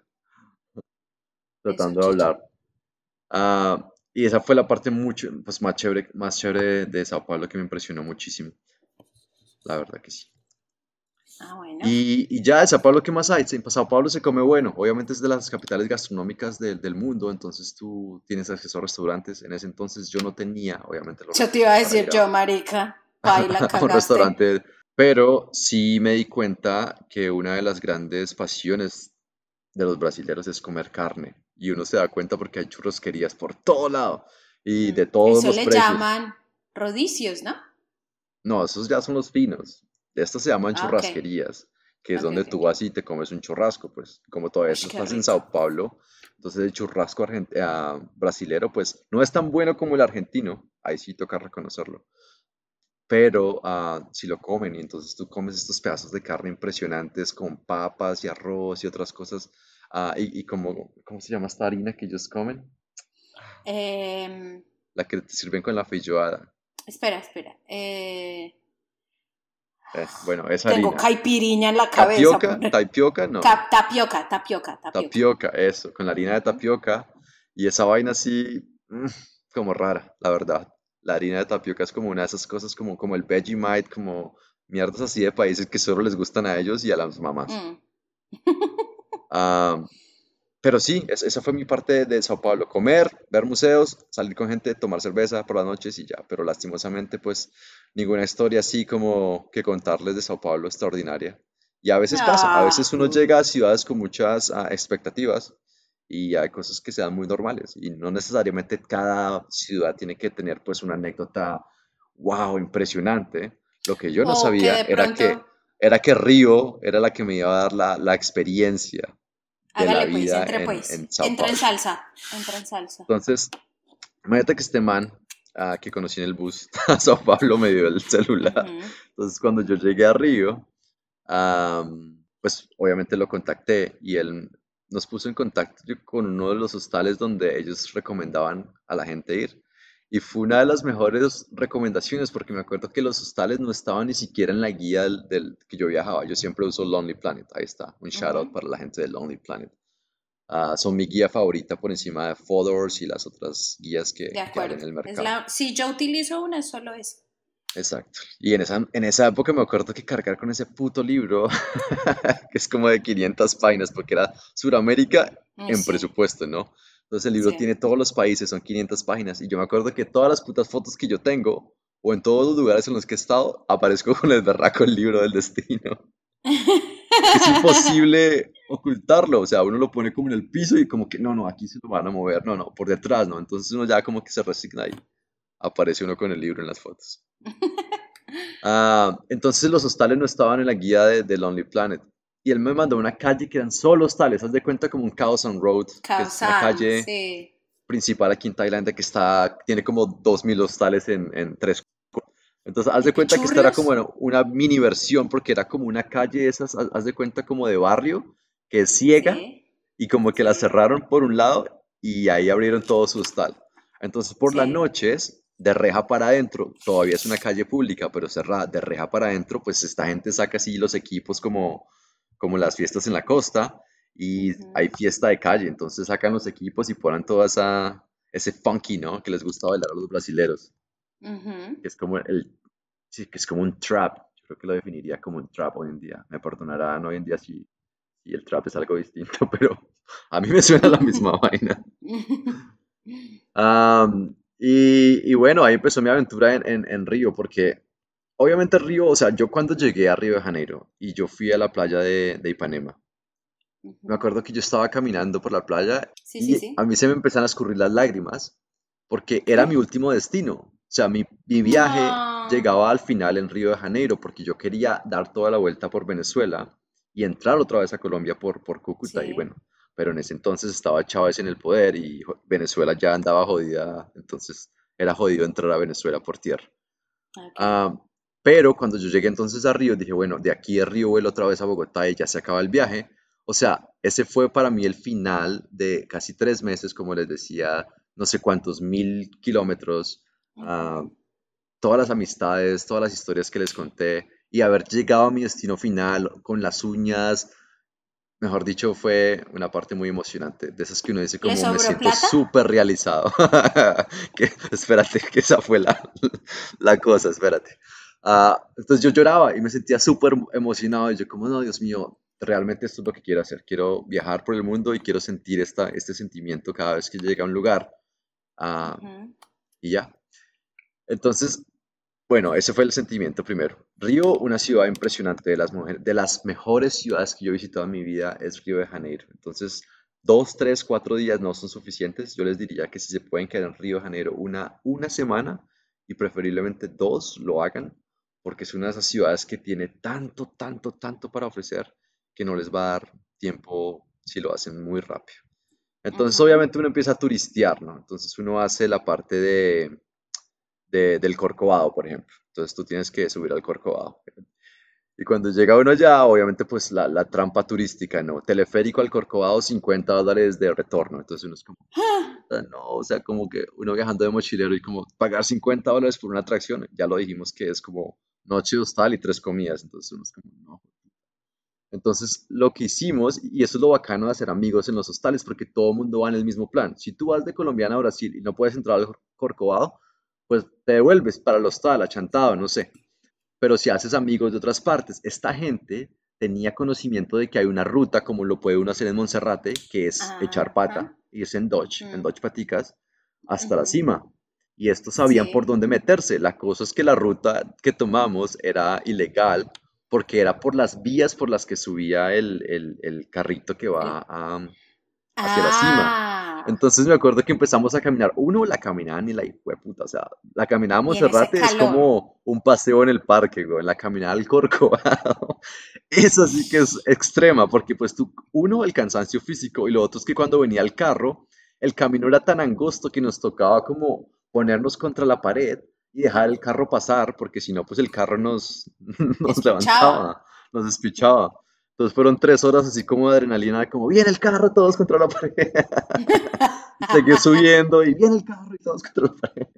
Eso, tratando de chicha. hablar. Ah, y esa fue la parte mucho, pues, más chévere, más chévere de, de Sao Paulo que me impresionó muchísimo, la verdad que sí. Ah, bueno. Y, y ya de Sao Paulo, ¿qué más hay? En Sao Paulo se come bueno, obviamente es de las capitales gastronómicas del del mundo, entonces tú tienes acceso a restaurantes. En ese entonces yo no tenía, obviamente, los Yo te iba a recursos para decir ir a, yo, marica. Paila, a un cagaste. restaurante, pero sí me di cuenta que una de las grandes pasiones de los brasileros es comer carne. Y uno se da cuenta porque hay churrasquerías por todo lado y Mm, de todos eso los le precios. llaman rodicios, ¿no? No, esos ya son los finos. Estos se llaman Ah, ok. churrasquerías, que es Ok, donde ok, tú ok. vas y te comes un churrasco, pues como todavía Uy, qué estás en rico. Sao Paulo, entonces el churrasco argent- ah, brasilero, pues no es tan bueno como el argentino, ahí sí toca reconocerlo, pero ah, si lo comen y entonces tú comes estos pedazos de carne impresionantes con papas y arroz y otras cosas, ah, y, y como, ¿cómo se llama esta harina que ellos comen? Em, La que te sirven con la feijoada. espera, espera. Eh, Eh, bueno, esa tengo harina. caipiriña en la cabeza. Tapioca, tapioca, no. Ta- tapioca, tapioca, tapioca. Tapioca, eso, con la harina de Ujú. tapioca y esa vaina así, mm, como rara, la verdad. La harina de tapioca es como una de esas cosas como, como el Vegemite, como mierdas así de países que solo les gustan a ellos y a las mamás. Mm. Pero sí, es- esa fue mi parte de, de Sao Paulo. Comer, ver museos, salir con gente, tomar cerveza por las noches y ya. Pero lastimosamente, pues ninguna historia así como que contarles de Sao Paulo extraordinaria. Y a veces pasa, a Ah, veces uno llega a ciudades con muchas ah, expectativas y hay cosas que se dan muy normales. Y no necesariamente cada ciudad tiene que tener pues una anécdota, wow, impresionante. Lo que yo no o que sabía de era pronto, que, era que Río era la que me iba a dar la, la experiencia de la hágale pues, vida entre en, pues, en Sao entra en Paulo. salsa, entra en salsa. Entonces, imagínate que este man ah, que conocí en el bus a Sao Paulo me dio el celular. Ujú. Entonces, cuando yo llegué a Río, am, pues obviamente lo contacté y él nos puso en contacto yo- con uno de los hostales donde ellos recomendaban a la gente ir. Y fue una de las mejores recomendaciones porque me acuerdo que los hostales no estaban ni siquiera en la guía del, del que yo viajaba. Yo siempre uso Lonely Planet. Ahí está, un shout out Ujú. para la gente de Lonely Planet. Ah, son mi guía favorita por encima de Fodors y las otras guías De que, que hay acuerdo. en el Es mercado. la, si yo utilizo una, es solo esa. Exacto. Y en esa, en esa época me acuerdo que cargar con ese puto libro, que es como de quinientas páginas, porque era Suramérica Mm, en sí, presupuesto, ¿no? Entonces el libro sí. tiene todos los países, son quinientas páginas. Y yo me acuerdo que todas las putas fotos que yo tengo, o en todos los lugares en los que he estado, aparezco con el berraco el libro del destino. Porque es imposible ocultarlo, o sea, uno lo pone como en el piso y como que no, no, aquí se lo van a mover, no, no, por detrás, no, entonces uno ya como que se resigna y aparece uno con el libro en las fotos. Ah, entonces los hostales no estaban en la guía de, de Lonely Planet y él me mandó a una calle que eran solo hostales, haz de cuenta como un Khao San Road, que es una Kausan, calle sí, principal aquí en Tailandia que está, tiene como dos mil hostales en, en tres. Entonces, haz en de cuenta que esta era como Pichurrios, bueno, una mini versión, porque era como una calle de esas, haz haz de cuenta como de barrio, que es ciega, sí, y como que la sí, cerraron por un lado y ahí abrieron todo su hostal. Entonces, por las sí, noches, de reja para adentro, todavía es una calle pública, pero cerrada, de reja para adentro, pues esta gente saca así los equipos como, como las fiestas en la costa, y hay ujú, fiesta de calle, entonces sacan los equipos y ponen toda esa, ese funky, ¿no? Que les gusta bailar a los brasileros, ujú. que es como el, sí, que es como un trap. Yo creo que lo definiría como un trap hoy en día. Me perdonarán hoy en día si, si el trap es algo distinto, pero a mí me suena la misma vaina. Am, y, y bueno, ahí empezó mi aventura en, en, en Río, porque obviamente Río, o sea, yo cuando llegué a Río de Janeiro y yo fui a la playa de, de Ipanema, me Ujú. acuerdo que yo estaba caminando por la playa Sí, sí, y a sí. mí se me empezaron a escurrir las lágrimas porque era mi último destino. O sea, mi, mi viaje No. llegaba al final en Río de Janeiro porque yo quería dar toda la vuelta por Venezuela y entrar otra vez a Colombia por, por Cúcuta. Y Sí. bueno, pero en ese entonces estaba Chávez en el poder y jo- Venezuela ya andaba jodida, entonces era jodido entrar a Venezuela por tierra. Ok. Ah, pero cuando yo llegué entonces a Río, dije, bueno, de aquí de Río vuelo otra vez a Bogotá y ya se acaba el viaje. O sea, ese fue para mí el final de casi tres meses, como les decía, no sé cuántos mil kilómetros, ah, Ujú. todas las amistades, todas las historias que les conté y haber llegado a mi destino final con las uñas, mejor dicho, fue una parte muy emocionante, de esas que uno dice ¿Le como me sobró siento plata? súper realizado. Que, espérate, que esa fue la, la cosa, espérate. Ah, entonces yo lloraba y me sentía súper emocionado y yo como, no, Dios mío, realmente esto es lo que quiero hacer. Quiero viajar por el mundo y quiero sentir esta, este sentimiento cada vez que llegue a un lugar. Ah, Ujú. y ya. Entonces, bueno, ese fue el sentimiento primero. Río, una ciudad impresionante, de las, mujer- de las mejores ciudades que yo he visitado en mi vida es Río de Janeiro. Entonces, dos, tres, cuatro días no son suficientes. Yo les diría que si se pueden quedar en Río de Janeiro una, una semana y preferiblemente dos, lo hagan, porque es una de esas ciudades que tiene tanto, tanto, tanto para ofrecer que no les va a dar tiempo si lo hacen muy rápido. Entonces, Ujú. obviamente uno empieza a turistear, ¿no? Entonces uno hace la parte de de- del Corcovado, por ejemplo. Entonces tú tienes que subir al Corcovado. Y cuando llega uno allá, obviamente pues la, la trampa turística, ¿no? Teleférico al Corcovado, cincuenta dólares de retorno. Entonces uno es como, ¡Ah! puta, no, o sea, como que uno viajando de mochilero y como pagar cincuenta dólares por una atracción, ya lo dijimos que es como noche hostal y tres comidas. Entonces uno es como, no. Entonces, lo que hicimos, y eso es lo bacano de hacer amigos en los hostales, porque todo el mundo va en el mismo plan. Si tú vas de Colombiana a Brasil y no puedes entrar al Corcovado, pues te devuelves para el hostal, achantado, no sé. Pero si haces amigos de otras partes, esta gente tenía conocimiento de que hay una ruta, como lo puede uno hacer en Monserrate, que es echar Ajá. pata, irse en Dodge, en Mm, Dodge paticas, hasta la ujú. cima. Y estos sabían por Sí, dónde meterse. La cosa es que la ruta que tomamos era ilegal porque era por las vías por las que subía el, el- el carrito que el- va a, hacia la cima. ah, Entonces me acuerdo que empezamos a caminar. Uno, la caminada ni la puta, o sea, la caminada a y en ese Monserrate es calor. como un paseo en el parque, güey, la caminada al Corcovado. Eso sí que es extrema, porque pues tú, uno, el cansancio físico y lo otro es que cuando venía el carro, el camino era tan angosto que nos tocaba como ponernos contra la pared y dejar el carro pasar, porque si no, pues el carro nos, nos Despichaba. levantaba, nos despichaba. Entonces fueron tres horas así como de adrenalina, como viene el carro, todos contra la pared. Y seguí subiendo y viene el carro y todos contra la pared.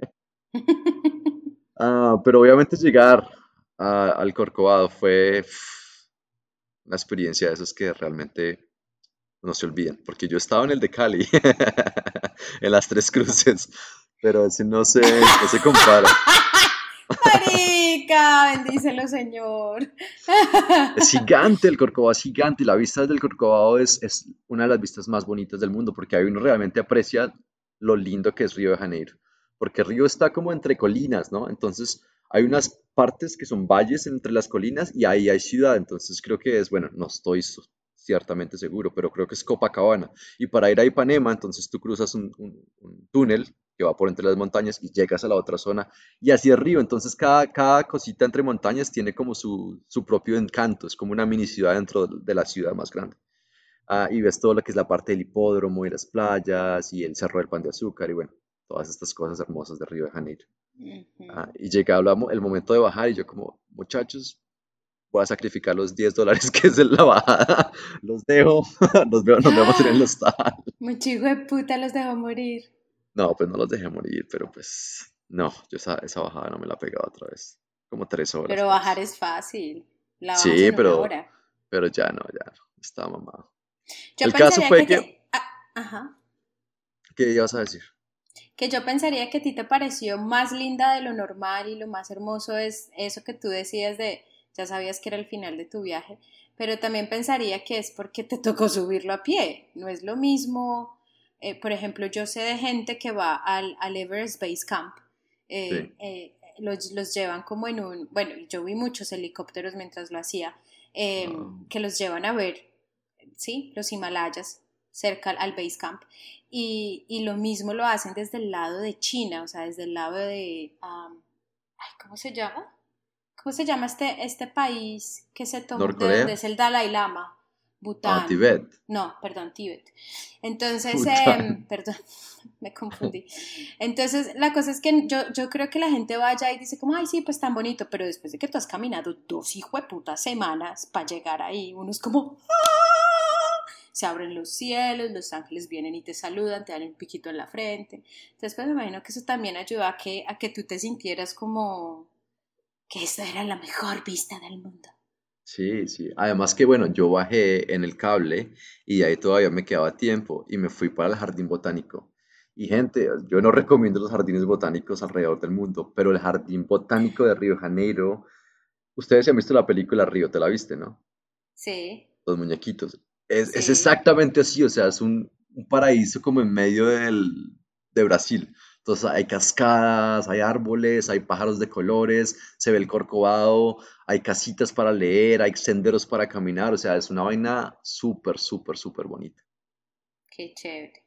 Ah, pero obviamente llegar a- al Corcovado fue pff, una experiencia de esas que realmente no se olvidan, porque yo estaba en el de Cali, en las Tres Cruces, pero ese no se, no se compara. Marica, bendícelo, Señor. Es gigante, el Corcovado es gigante y la vista del Corcovado es, es una de las vistas más bonitas del mundo porque ahí uno realmente aprecia lo lindo que es Río de Janeiro. Porque Río está como entre colinas, ¿no? Entonces hay unas partes que son valles entre las colinas y ahí hay ciudad. Entonces creo que es, bueno, no estoy so- ciertamente seguro, pero creo que es Copacabana. Y para ir a Ipanema, entonces tú cruzas un, un- un túnel que va por entre las montañas y llegas a la otra zona y así es Río, entonces cada, cada cosita entre montañas tiene como su, su propio encanto, es como una mini ciudad dentro de la ciudad más grande. Ah, y ves todo lo que es la parte del hipódromo y las playas y el Cerro del Pan de Azúcar y bueno, todas estas cosas hermosas de Río de Janeiro. Ah, Ujú. y llega hablamos, el momento de bajar y yo como, muchachos, voy a sacrificar los diez dólares que es la bajada, los dejo, nos vemos, nos vemos en el ¡Ah! hostal. Mucho hijo de puta los dejó morir. No, pues no los dejé morir, pero pues no, yo esa, esa bajada no me la pegaba otra vez, como tres horas Pero bajar casi. es fácil. La bajas Sí, en una pero, hora. pero ya no, ya no. Estaba mamado. Yo El caso pensaría fue que, que, que ah, ajá, ¿qué ibas a decir? que yo pensaría que a ti te pareció más linda de lo normal y lo más hermoso es eso que tú decías de, ya sabías que era el final de tu viaje, pero también pensaría que es porque te tocó subirlo a pie. No es lo mismo, eh, por ejemplo, yo sé de gente que va al, al Everest Base Camp, Sí. eh, eh, los, los llevan como en un, bueno, yo vi muchos helicópteros mientras lo hacía, eh, Ah, que los llevan a ver, ¿sí? Los Himalayas cerca al, al Base Camp. Y, y, lo mismo lo hacen desde el lado de China, o sea, desde el lado de... Um, ay, ¿cómo se llama? ¿Cómo se llama este, este país que se tomó, de ¿Norcorea? donde es el Dalai Lama? Ah, Bután. Tibet. No, perdón, Tíbet. Entonces, eh, Bután. perdón, me confundí. Entonces, la cosa es que yo, yo creo que la gente vaya y dice como, ay, sí, pues tan bonito, pero después de que tú has caminado dos hijueputas semanas para llegar ahí, uno es como, ¡ah! Se abren los cielos, los ángeles vienen y te saludan, te dan un piquito en la frente. Entonces, pues me imagino que eso también ayuda a que, a que tú te sintieras como que esta era la mejor vista del mundo. Sí, sí. Además que, bueno, yo bajé en el cable y de ahí todavía me quedaba tiempo y me fui para el jardín botánico. Y gente, yo no recomiendo los jardines botánicos alrededor del mundo, pero el jardín botánico de Río de Janeiro, ustedes se han visto la película Río, te la viste, ¿no? Sí, Los muñequitos. Es, es sí. exactamente así, o sea, es un, un paraíso como en medio del, de Brasil. Entonces hay cascadas, hay árboles, hay pájaros de colores, se ve el corcovado, hay casitas para leer, hay senderos para caminar, o sea, es una vaina súper, súper, súper bonita. Qué chévere.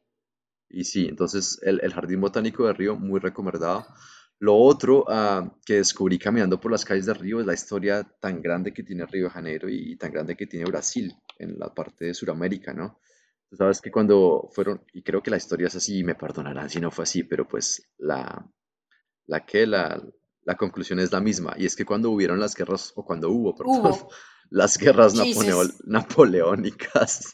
Y sí, entonces el, el Jardín Botánico de Río, muy recomendado. Lo otro ah, que descubrí caminando por las calles de Río es la historia tan grande que tiene Río de Janeiro y, tan grande que tiene Brasil en la parte de Sudamérica, ¿no? Tú sabes que cuando fueron, y creo que la historia es así, y me perdonarán si no fue así, pero pues la, la que, la, la conclusión es la misma, y es que cuando hubieron las guerras, o cuando hubo, perdón, Hubo. las guerras napoleo- Jesus. napoleónicas,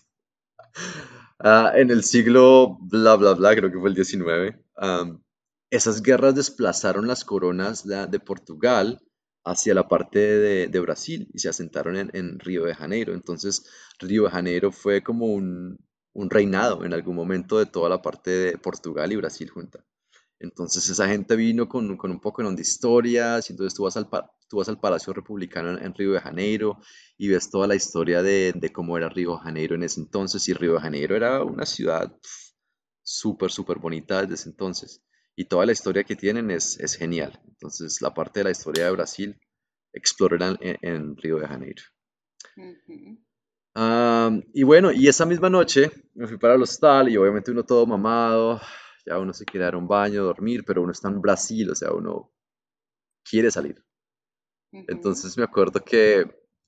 Ah, en el siglo bla bla bla, creo que fue el diecinueve, am, esas guerras desplazaron las coronas de, de Portugal hacia la parte de, de Brasil y se asentaron en, en Río de Janeiro. Entonces, Río de Janeiro fue como un, un reinado en algún momento de toda la parte de Portugal y Brasil junta. Entonces esa gente vino con, con un poco de historias, y entonces tú vas al, pa- tú vas al Palacio Republicano en, en Río de Janeiro y ves toda la historia de, de cómo era Río de Janeiro en ese entonces, y Río de Janeiro era una ciudad pf, súper, súper bonita desde ese entonces, y toda la historia que tienen es, es genial. Entonces la parte de la historia de Brasil exploran en, en Río de Janeiro. Ujú. Am, y bueno, y esa misma noche me fui para el hostal y obviamente uno todo mamado, ya uno se quiere dar un baño, dormir, pero uno está en Brasil, o sea, uno quiere salir. Ujú. Entonces me acuerdo que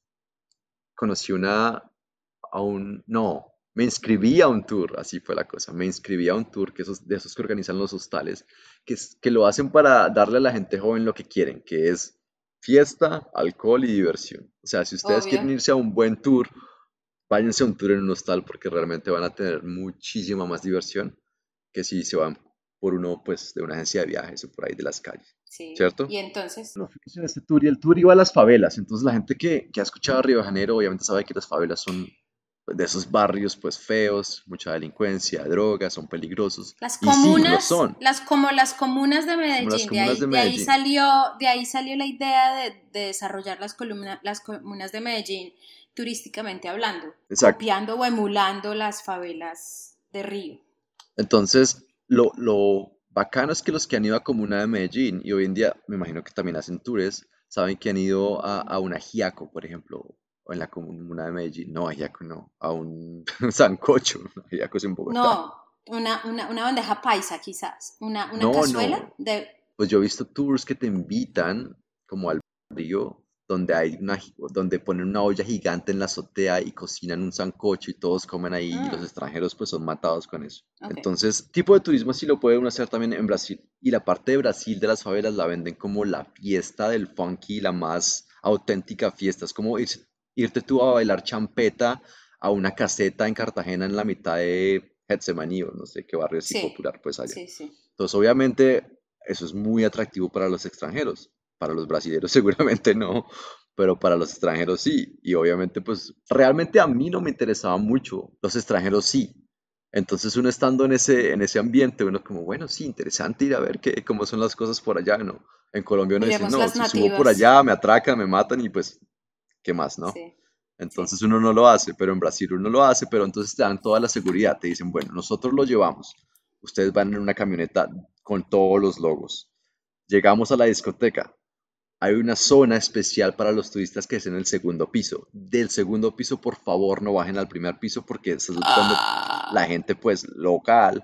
conocí una, a un, no, me inscribí a un tour, así fue la cosa, me inscribí a un tour que esos, de esos que organizan los hostales, que, es- que lo hacen para darle a la gente joven lo que quieren, que es fiesta, alcohol y diversión. O sea, si ustedes quieren Obvio. irse a un buen tour, váyanse a un tour en un hostal porque realmente van a tener muchísima más diversión que si se van por uno, pues, de una agencia de viajes o por ahí de las calles, Sí. ¿cierto? Y entonces, Nos fuimos en este tour y el tour iba a las favelas. Entonces la gente que, que ha escuchado Río de Janeiro obviamente sabe que las favelas son pues, de esos barrios pues feos, mucha delincuencia, drogas, son peligrosos. las Y sí, lo comunas, son, las como las comunas de como las Medellín, de comunas ahí, de de ahí Medellín. salió, de ahí salió la idea de, de desarrollar las columna- las comunas de Medellín turísticamente hablando, Exacto. copiando o emulando las favelas de Río. Entonces, lo, lo bacano es que los que han ido a Comuna de Medellín, y hoy en día me imagino que también hacen tours, saben que han ido a, a un ajiaco, por ejemplo, o en la Comuna de Medellín. No, ajiaco no, a un sancocho. Ajiaco es en Bogotá. No, una, una, una bandeja paisa quizás, una, una No, cazuela no. de... Pues yo he visto tours que te invitan como al río donde hay una, gi- donde ponen una olla gigante en la azotea y cocinan un sancocho y todos comen ahí y los Mm, extranjeros pues son matados con eso. ok. Entonces, tipo de turismo sí lo puede uno hacer también en Brasil. Y la parte de Brasil de las favelas la venden como la fiesta del funky, la más auténtica fiesta. Es como irse- irte tú a bailar champeta a una caseta en Cartagena en la mitad de Getsemaní o no sé qué barrio así Sí, popular pues allá. sí, sí. Entonces, obviamente, eso es muy atractivo para los extranjeros. Para los brasileños seguramente no, pero para los extranjeros sí. Y obviamente, pues, realmente a mí no me interesaba mucho. Los extranjeros sí. Entonces, uno estando en ese, en ese ambiente, uno como, bueno, sí, interesante ir a ver qué, cómo son las cosas por allá, ¿no? En Colombia uno dice, Miremos no, las si subo por nativas. allá, me atracan, me matan y pues, ¿qué más, no? Sí, sí. Entonces uno no lo hace, pero en Brasil uno lo hace, pero entonces te dan toda la seguridad, te dicen, bueno, nosotros lo llevamos, ustedes van en una camioneta con todos los logos. Llegamos a la discoteca, hay una zona especial para los turistas que es en el segundo piso. Del segundo piso, por favor, no bajen al primer piso porque eso es donde la Ah. gente, pues, local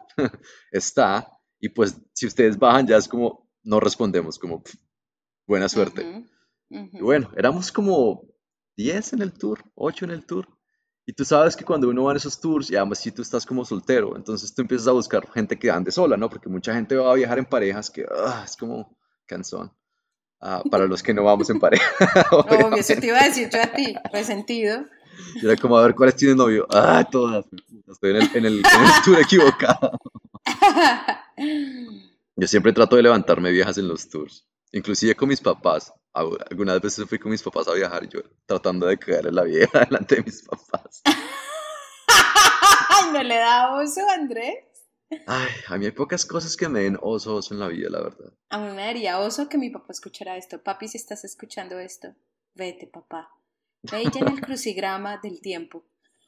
está. Y pues, si ustedes bajan, ya es como, no respondemos, como, "Pf, buena suerte". Ujú, Y ujú. bueno, éramos como diez en el tour, ocho en el tour. Y tú sabes que cuando uno va en esos tours, y además si tú estás como soltero, entonces tú empiezas a buscar gente que ande sola, ¿no? Porque mucha gente va a viajar en parejas que ah, es como cansón. Ah, para los que no vamos en pareja, Obvio, eso te iba a obviamente. decir yo a ti, resentido. Y era como a ver cuáles tienen novio. Ah, todas. Puta, estoy en el, en el, en el tour equivocado. Yo siempre trato de levantarme viejas en los tours, inclusive con mis papás. Al- Algunas veces fui con mis papás a viajar, yo tratando de caer en la vieja delante de mis papás. Ay, no le da oso, Andrés. Ay, a mí hay pocas cosas que me den oso, oso en la vida, la verdad. A mí me daría oso que mi papá escuchara esto. Papi, si estás escuchando esto, vete, papá. Ve y llena el crucigrama del tiempo.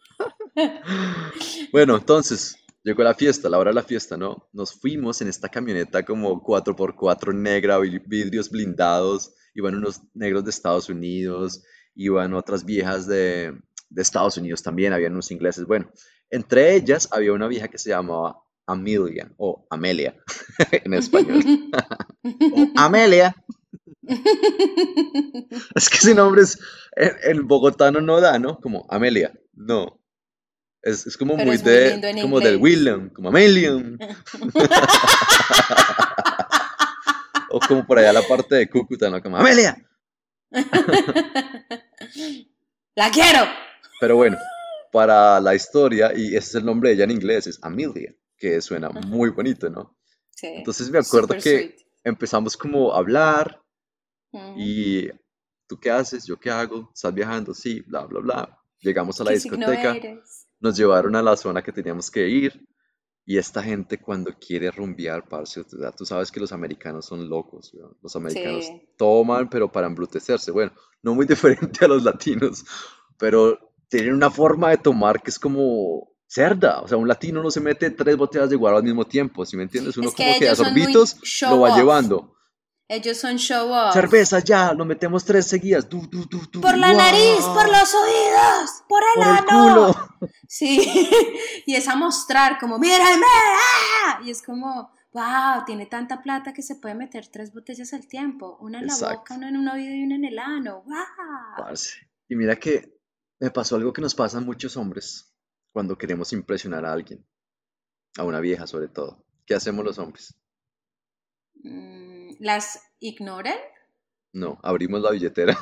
Bueno, entonces, llegó la fiesta, la hora de la fiesta, ¿no? Nos fuimos en esta camioneta como cuatro por cuatro negra, vi- vidrios blindados, iban unos negros de Estados Unidos, iban otras viejas de, de Estados Unidos también, habían unos ingleses. Bueno, entre ellas había una vieja que se llamaba Amelia, o Amelia en español, o Amelia. Es que ese nombre es, en, en bogotano no da, ¿no? Como Amelia, no. Es, es como Pero muy es muy de, lindo en como del inglés. William, como Amelium, o como por allá la parte de Cúcuta, ¿no? Como Amelia. ¡La quiero! Pero bueno, para la historia, y ese es el nombre de ella en inglés, es Amelia, que suena muy bonito, ¿no? Sí, Entonces me acuerdo super que sweet. empezamos como a hablar Mm. y ¿tú qué haces? ¿Yo qué hago? ¿Estás viajando? Sí, bla, bla, bla. Llegamos a la ¿Qué signo discoteca, eres? nos llevaron a la zona que teníamos que ir. Y esta gente cuando quiere rumbear, parce, o sea, tú sabes que los americanos son locos, weón. Los americanos Sí. toman, pero para embrutecerse. Bueno, no muy diferente a los latinos, pero tienen una forma de tomar que es como cerda. O sea, un latino no se mete tres botellas de guaro al mismo tiempo, ¿sí me entiendes? Uno Es que como que a ellos son muy sorbitos lo show va off. llevando. Ellos son show off. Cerveza ya, lo metemos tres seguidas. Du, du, du, du, Por la nariz, por ¡guau! los oídos, por el Por el culo. ano. Sí. Y es a mostrar como, mírenme. ¡Ah! Y es como, wow, tiene tanta plata que se puede meter tres botellas al tiempo. Una en la boca, Exacto, una en un oído y una en el ano. Wow. parce. Y mira que me pasó algo que nos pasa a muchos hombres cuando queremos impresionar a alguien, a una vieja sobre todo. ¿Qué hacemos los hombres? Mm, ¿Las ignoran? No, abrimos la billetera.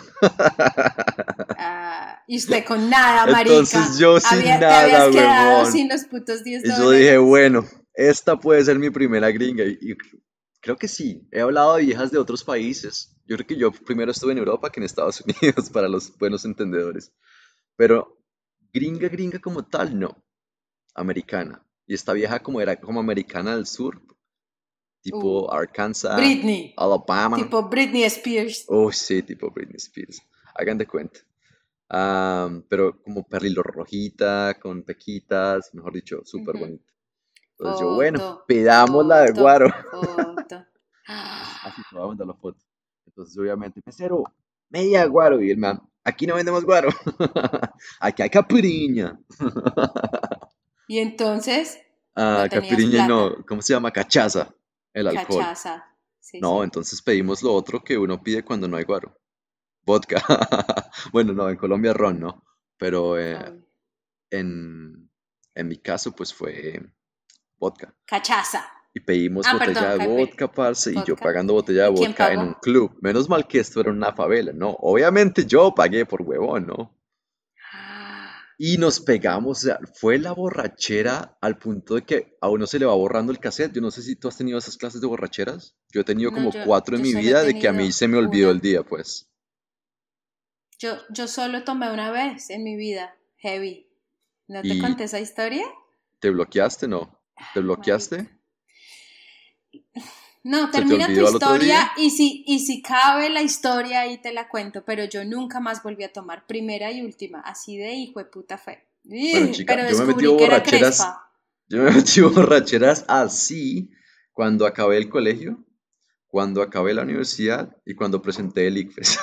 Ah, y usted con nada, Entonces marica. yo sin Había, te habías nada, quedado huevón. sin los putos diez Y yo dije, dólares. bueno, esta puede ser mi primera gringa. Y, y creo que sí. He hablado de viejas de otros países. Yo creo que yo primero estuve en Europa que en Estados Unidos, para los buenos entendedores. Pero gringa, gringa como tal, no. Americana. Y esta vieja como era como americana del sur, tipo Uh, Arkansas, Britney. Alabama. Tipo Britney Spears. Oh, sí, tipo Britney Spears. Hagan de cuenta. Am, pero como perrilo rojita, con pequitas, mejor dicho, súper Ujú. bonita. Entonces yo, bueno, Foto, pedamos la de foto, guaro. foto. Así te voy a mandar la foto. Entonces, obviamente, mesero, media guaro. Y el man, aquí no vendemos guaro. Aquí hay capiriña. Y entonces Ah, no tenías capiriña y plata. no, ¿cómo se llama? Cachaza, el alcohol. Cachaza. Sí, No, sí. entonces pedimos lo otro que uno pide cuando no hay guaro. Vodka. Bueno, no, en Colombia ron, ¿no? Pero eh, Obvio. en, en mi caso, pues fue vodka. Cachaza. Y pedimos Ah, botella perdón, de cape. vodka, parce, y yo Vodka. pagando botella de ¿Y quién vodka en pagó? un club. Menos mal que esto era una favela, ¿no? Obviamente yo pagué por huevón, ¿no? Y nos pegamos, o sea, fue la borrachera al punto de que a uno se le va borrando el cassette. Yo no sé si tú has tenido esas clases de borracheras. Yo he tenido No, como yo, cuatro en yo mi solo he vida de que a mí tenido se me olvidó el una. día, pues. Yo, yo solo tomé una vez en mi vida. Heavy. ¿No te ¿Y conté esa historia? te bloqueaste? No. ¿Te Marica. bloqueaste? No, ¿Se te termina tu olvidó al otro historia día? y si, y si cabe la historia ahí te la cuento, pero yo nunca más volví a tomar, primera y última, así de hijo de puta fue. Bueno, Ugh, chica, pero yo me he metido descubrí que era borracheras, crespa. yo me he metido borracheras así cuando acabé el colegio, cuando acabé la universidad y cuando presenté el ICFES.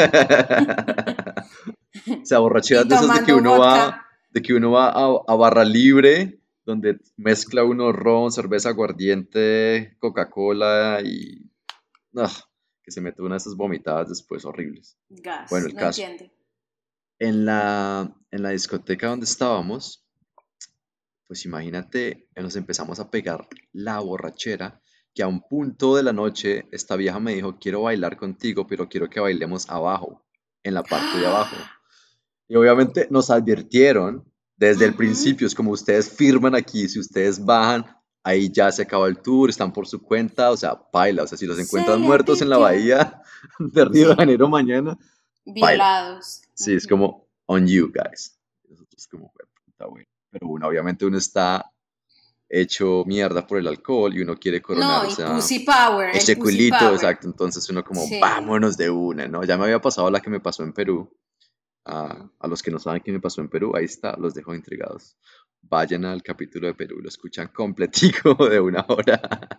O sea, borracheras Y de esas de que tomando uno vodka. va, de que uno va a, a barra libre, donde mezcla uno ron, cerveza, aguardiente, Coca-Cola y ah, que se mete una de esas vomitadas después horribles. Bueno, Gas, el no caso. entiendo. En la, en la discoteca donde estábamos, pues imagínate, eh, nos empezamos a pegar la borrachera, que a un punto de la noche esta vieja me dijo, quiero bailar contigo, pero quiero que bailemos abajo, en la parte de abajo. Y obviamente nos advirtieron desde el Ujú. principio, es como ustedes firman aquí, si ustedes bajan, ahí ya se acaba el tour, están por su cuenta, o sea, baila, o sea, si los Se encuentran le muertos en la advirtió. bahía de Río de Sí, Janeiro mañana, baila. violados. Sí, es Ujú. como on you guys. Nosotros como, "Jue puta, bueno". Pero bueno, obviamente uno está hecho mierda por el alcohol y uno quiere coronar No, y esa, Pussy Power, el ese Pussy culito, Power. exacto. Entonces uno como, Sí. vámonos de una, ¿no? Ya me había pasado la que me pasó en Perú. A, Ujú. a los que no saben qué me pasó en Perú, ahí está, los dejo intrigados. Vayan al capítulo de Perú, lo escuchan completico de una hora.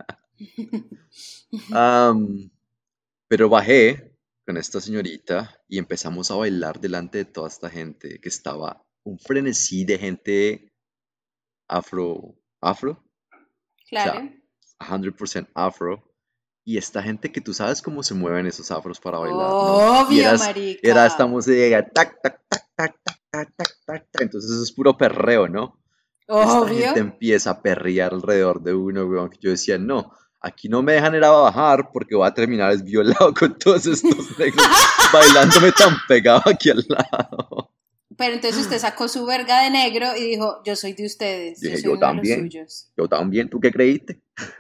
Am, pero bajé con esta señorita y empezamos a bailar delante de toda esta gente que estaba un frenesí de gente afro, afro, o sea, Claro. cien por ciento afro. Y esta gente que tú sabes cómo se mueven esos afros para bailar, ¿no? Y Obvio, eras, era esta marica. música, tac, tac, tac, tac, tac, tac, tac, tac, tac. Entonces eso es puro perreo, ¿no? Y esta Obvio. gente empieza a perrear alrededor de uno, weón, que yo decía, no, aquí no me dejan ir a bajar porque voy a terminar es violado con todos estos negros bailándome tan pegado aquí al lado. Pero entonces usted sacó su verga de negro y dijo, yo soy de ustedes, yo Dije, soy yo uno de los también, suyos. yo también, ¿tú qué creíste?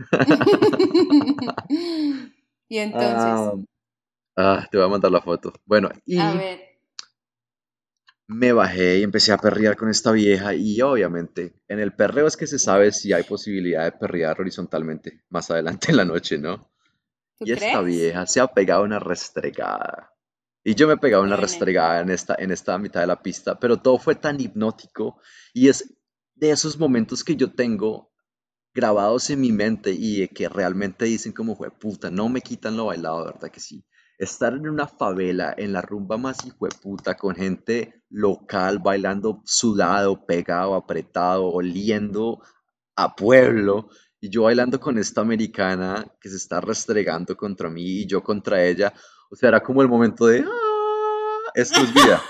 Y entonces, Ah, ah, te voy a mandar la foto. Bueno, a y ver, Me bajé y empecé a perrear con esta vieja y obviamente en el perreo es que se sabe si hay posibilidad de perrear horizontalmente más adelante en la noche, ¿no? ¿Tú Y esta crees? vieja se ha pegado una restregada. Y yo me he pegado una Uy, no. restregada en esta, en esta mitad de la pista, pero todo fue tan hipnótico y es de esos momentos que yo tengo grabados en mi mente y de que realmente dicen como, puta, no me quitan lo bailado, de verdad que sí. Estar en una favela, en la rumba más hijueputa, con gente local bailando sudado, pegado, apretado, oliendo a pueblo, y yo bailando con esta americana que se está restregando contra mí y yo contra ella. O sea, era como el momento de, "Ah, esto es vida.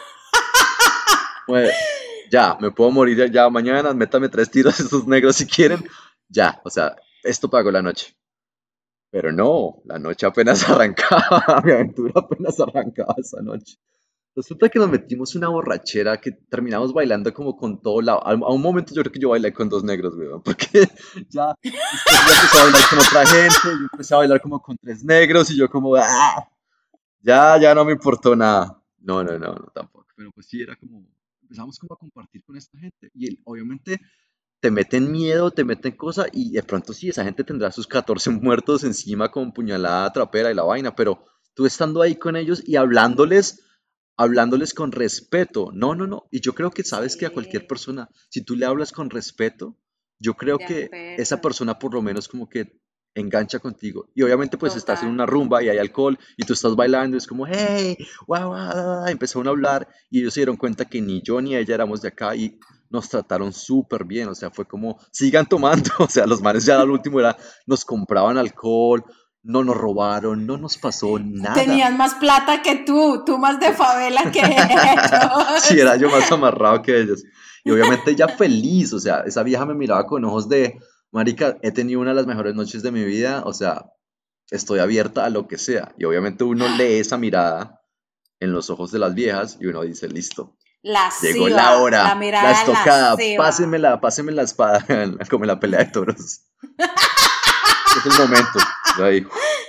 Pues, ya, me puedo morir ya mañana, métame tres tiros estos negros si quieren, ya, o sea, esto pagó la noche. Pero no, la noche apenas arrancaba, mi aventura apenas arrancaba esa noche. Resulta que nos metimos una borrachera que terminamos bailando como con todo lado. A, a un momento yo creo que yo bailé con dos negros, weón, porque ya después ella empezó a bailar con otra gente, yo empecé a bailar como con tres negros y yo como, ¡ah! Ya, ya no me importó nada. No, no, no, no, tampoco. Pero pues sí, era como, empezamos como a compartir con esta gente. Y el- obviamente te meten miedo, te meten cosas, y de pronto sí, esa gente tendrá sus catorce muertos encima con puñalada trapera y la vaina, pero tú estando ahí con ellos y hablándoles, hablándoles con respeto. No, no, no. Y yo creo que sabes que a cualquier Sí, persona, si tú le hablas con respeto, yo creo de que esa acuerdo. persona por lo menos como que engancha contigo. Y obviamente pues estás en Total. una rumba y hay alcohol y tú estás bailando y es como, hey, guau, guau, guau", empezaron a hablar y ellos se dieron cuenta que ni yo ni ella éramos de acá y nos trataron súper bien, o sea, fue como, sigan tomando, o sea, los manes ya al último era, nos compraban alcohol, no nos robaron, no nos pasó nada. Tenían más plata que tú, tú más de favela que Si ellos. era yo más amarrado que ellos. Y obviamente ella feliz, o sea, esa vieja me miraba con ojos de, marica, he tenido una de las mejores noches de mi vida, o sea, estoy abierta a lo que sea. Y obviamente uno lee esa mirada en los ojos de las viejas y uno dice, listo, llegó la Lasciva, la hora, la mirada estocada, lasciva. pásenmela, pásenme la espada, como en la pelea de toros. Es el momento. Yo ahí,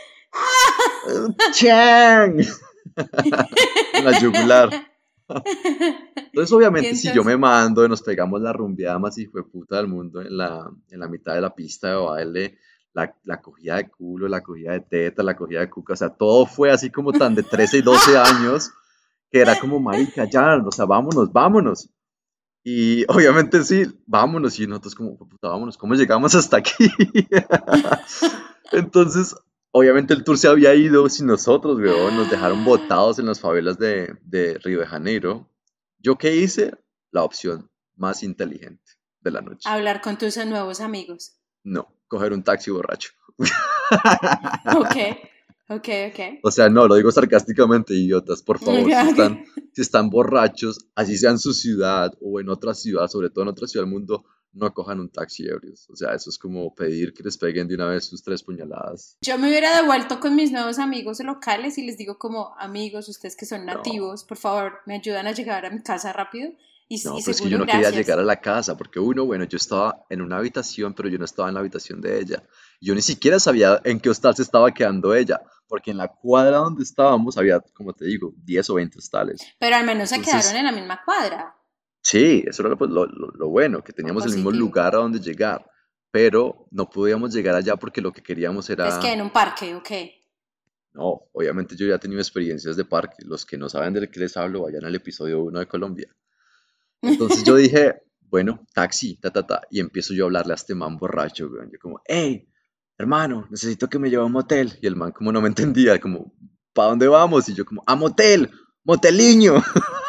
¡Chan! En la yugular. Entonces, Y obviamente, si yo entonces, me mando, nos pegamos la rumbeada más hijo de puta del mundo en la, en la mitad de la pista de baile, la, la cogida de culo, la cogida de teta, la cogida de cuca, o sea, todo fue así como tan de trece y doce años, que era como, marica, ya, o sea, vámonos, vámonos. Y obviamente sí, vámonos, y nosotros como, puta, vámonos, ¿cómo llegamos hasta aquí? Entonces, obviamente el tour se había ido sin nosotros, weón. Nos dejaron botados en las favelas de, de Río de Janeiro. ¿Yo qué hice? La opción más inteligente de la noche. hablar con tus nuevos amigos. No, coger un taxi borracho. Ok, ok, ok. O sea, no, lo digo sarcásticamente, idiotas. Por Ok, favor, si ok. están, si están borrachos, así sea en su ciudad o en otra ciudad, sobre todo en otra ciudad del mundo, no cojan un taxi ebrios. O sea, eso es como pedir que les peguen de una vez sus tres puñaladas. Yo me hubiera devuelto con mis nuevos amigos locales y les digo como, amigos, ustedes que son No. nativos, por favor, me ayudan a llegar a mi casa rápido y, y No, pero es que yo seguro, no quería llegar gracias. a la casa, porque uno, bueno, yo estaba en una habitación, pero yo no estaba en la habitación de ella. Yo ni siquiera sabía en qué hostal se estaba quedando ella, porque en la cuadra donde estábamos había, como te digo, diez o veinte hostales. Pero al menos se quedaron Entonces, en la misma cuadra. sí, eso era pues, lo, lo- lo bueno, que teníamos el mismo Positivo. lugar a donde llegar, pero no podíamos llegar allá porque lo que queríamos Entonces, que era, en un parque, ok. no, obviamente yo ya he tenido experiencias de parque. Los que no saben de qué les hablo, vayan al episodio uno de Colombia. Entonces yo dije, bueno, taxi, ta, ta, ta, y empiezo yo a hablarle a este man borracho, weón. Yo como, hey, hermano, necesito que me lleve a un motel. Y el man como no me entendía, como, ¿para dónde vamos? Y yo como, a motel, moteliño.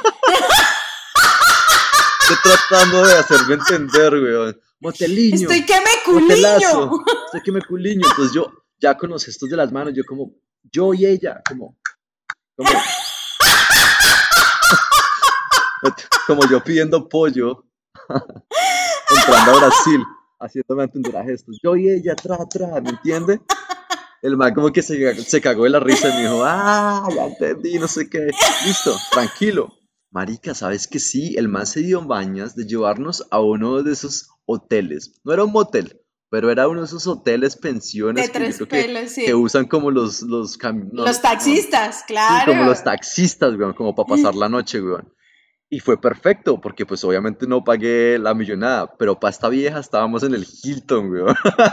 Yo tratando de hacerme entender, weón. Estoy Moteliño, que me culiño. motelazo, sé que me culiño. Entonces yo, ya con los gestos de las manos, yo como, yo y ella, como, como, como yo pidiendo pollo. Entrando a Brasil, haciéndome entender a gestos. Yo y ella, tra, tra, ¿me entiende? El man como que se, se cagó de la risa y me dijo, ah, ya entendí, no sé qué. Listo, tranquilo. Marica, ¿sabes que sí? El man se dio bañas de llevarnos a uno de esos hoteles. No era un motel, pero era uno de esos hoteles, De pensiones que yo tres creo que, pelos, que sí. usan como los, los, cam- no, Los no, taxistas, sí, como los claro. taxistas, weón, como para pasar la noche, weón. Y fue perfecto, porque pues obviamente no pagué la millonada, pero para esta vieja estábamos en el Hilton, weón.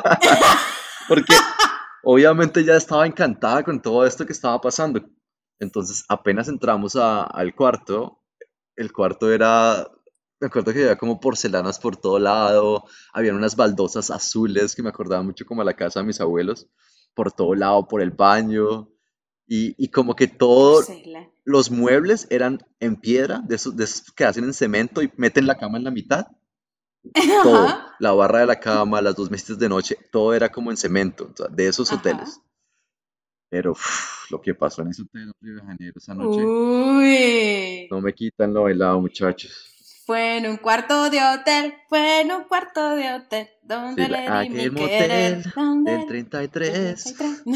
Porque obviamente ya estaba encantada con todo esto que estaba pasando. Entonces apenas entramos a- al cuarto, el cuarto era, me acuerdo que había como porcelanas por todo lado, habían unas baldosas azules que me acordaban mucho como a la casa de mis abuelos, por todo lado, por el baño, y, y como que todos Porcelain. los muebles eran en piedra, de esos, de esos que hacen en cemento y meten la cama en la mitad, todo, Ajá, la barra de la cama, las dos mesas de noche, todo era como en cemento, o sea, de esos ajá. hoteles. Pero uf, lo que pasó en ese hotel en Río de Janeiro esa noche, Uy. no me quitan lo bailado, muchachos. Fue en un cuarto de hotel, fue en un cuarto de hotel, Sí, donde la- le di aquel mi motel querer, del donde treinta y treinta tres y tres.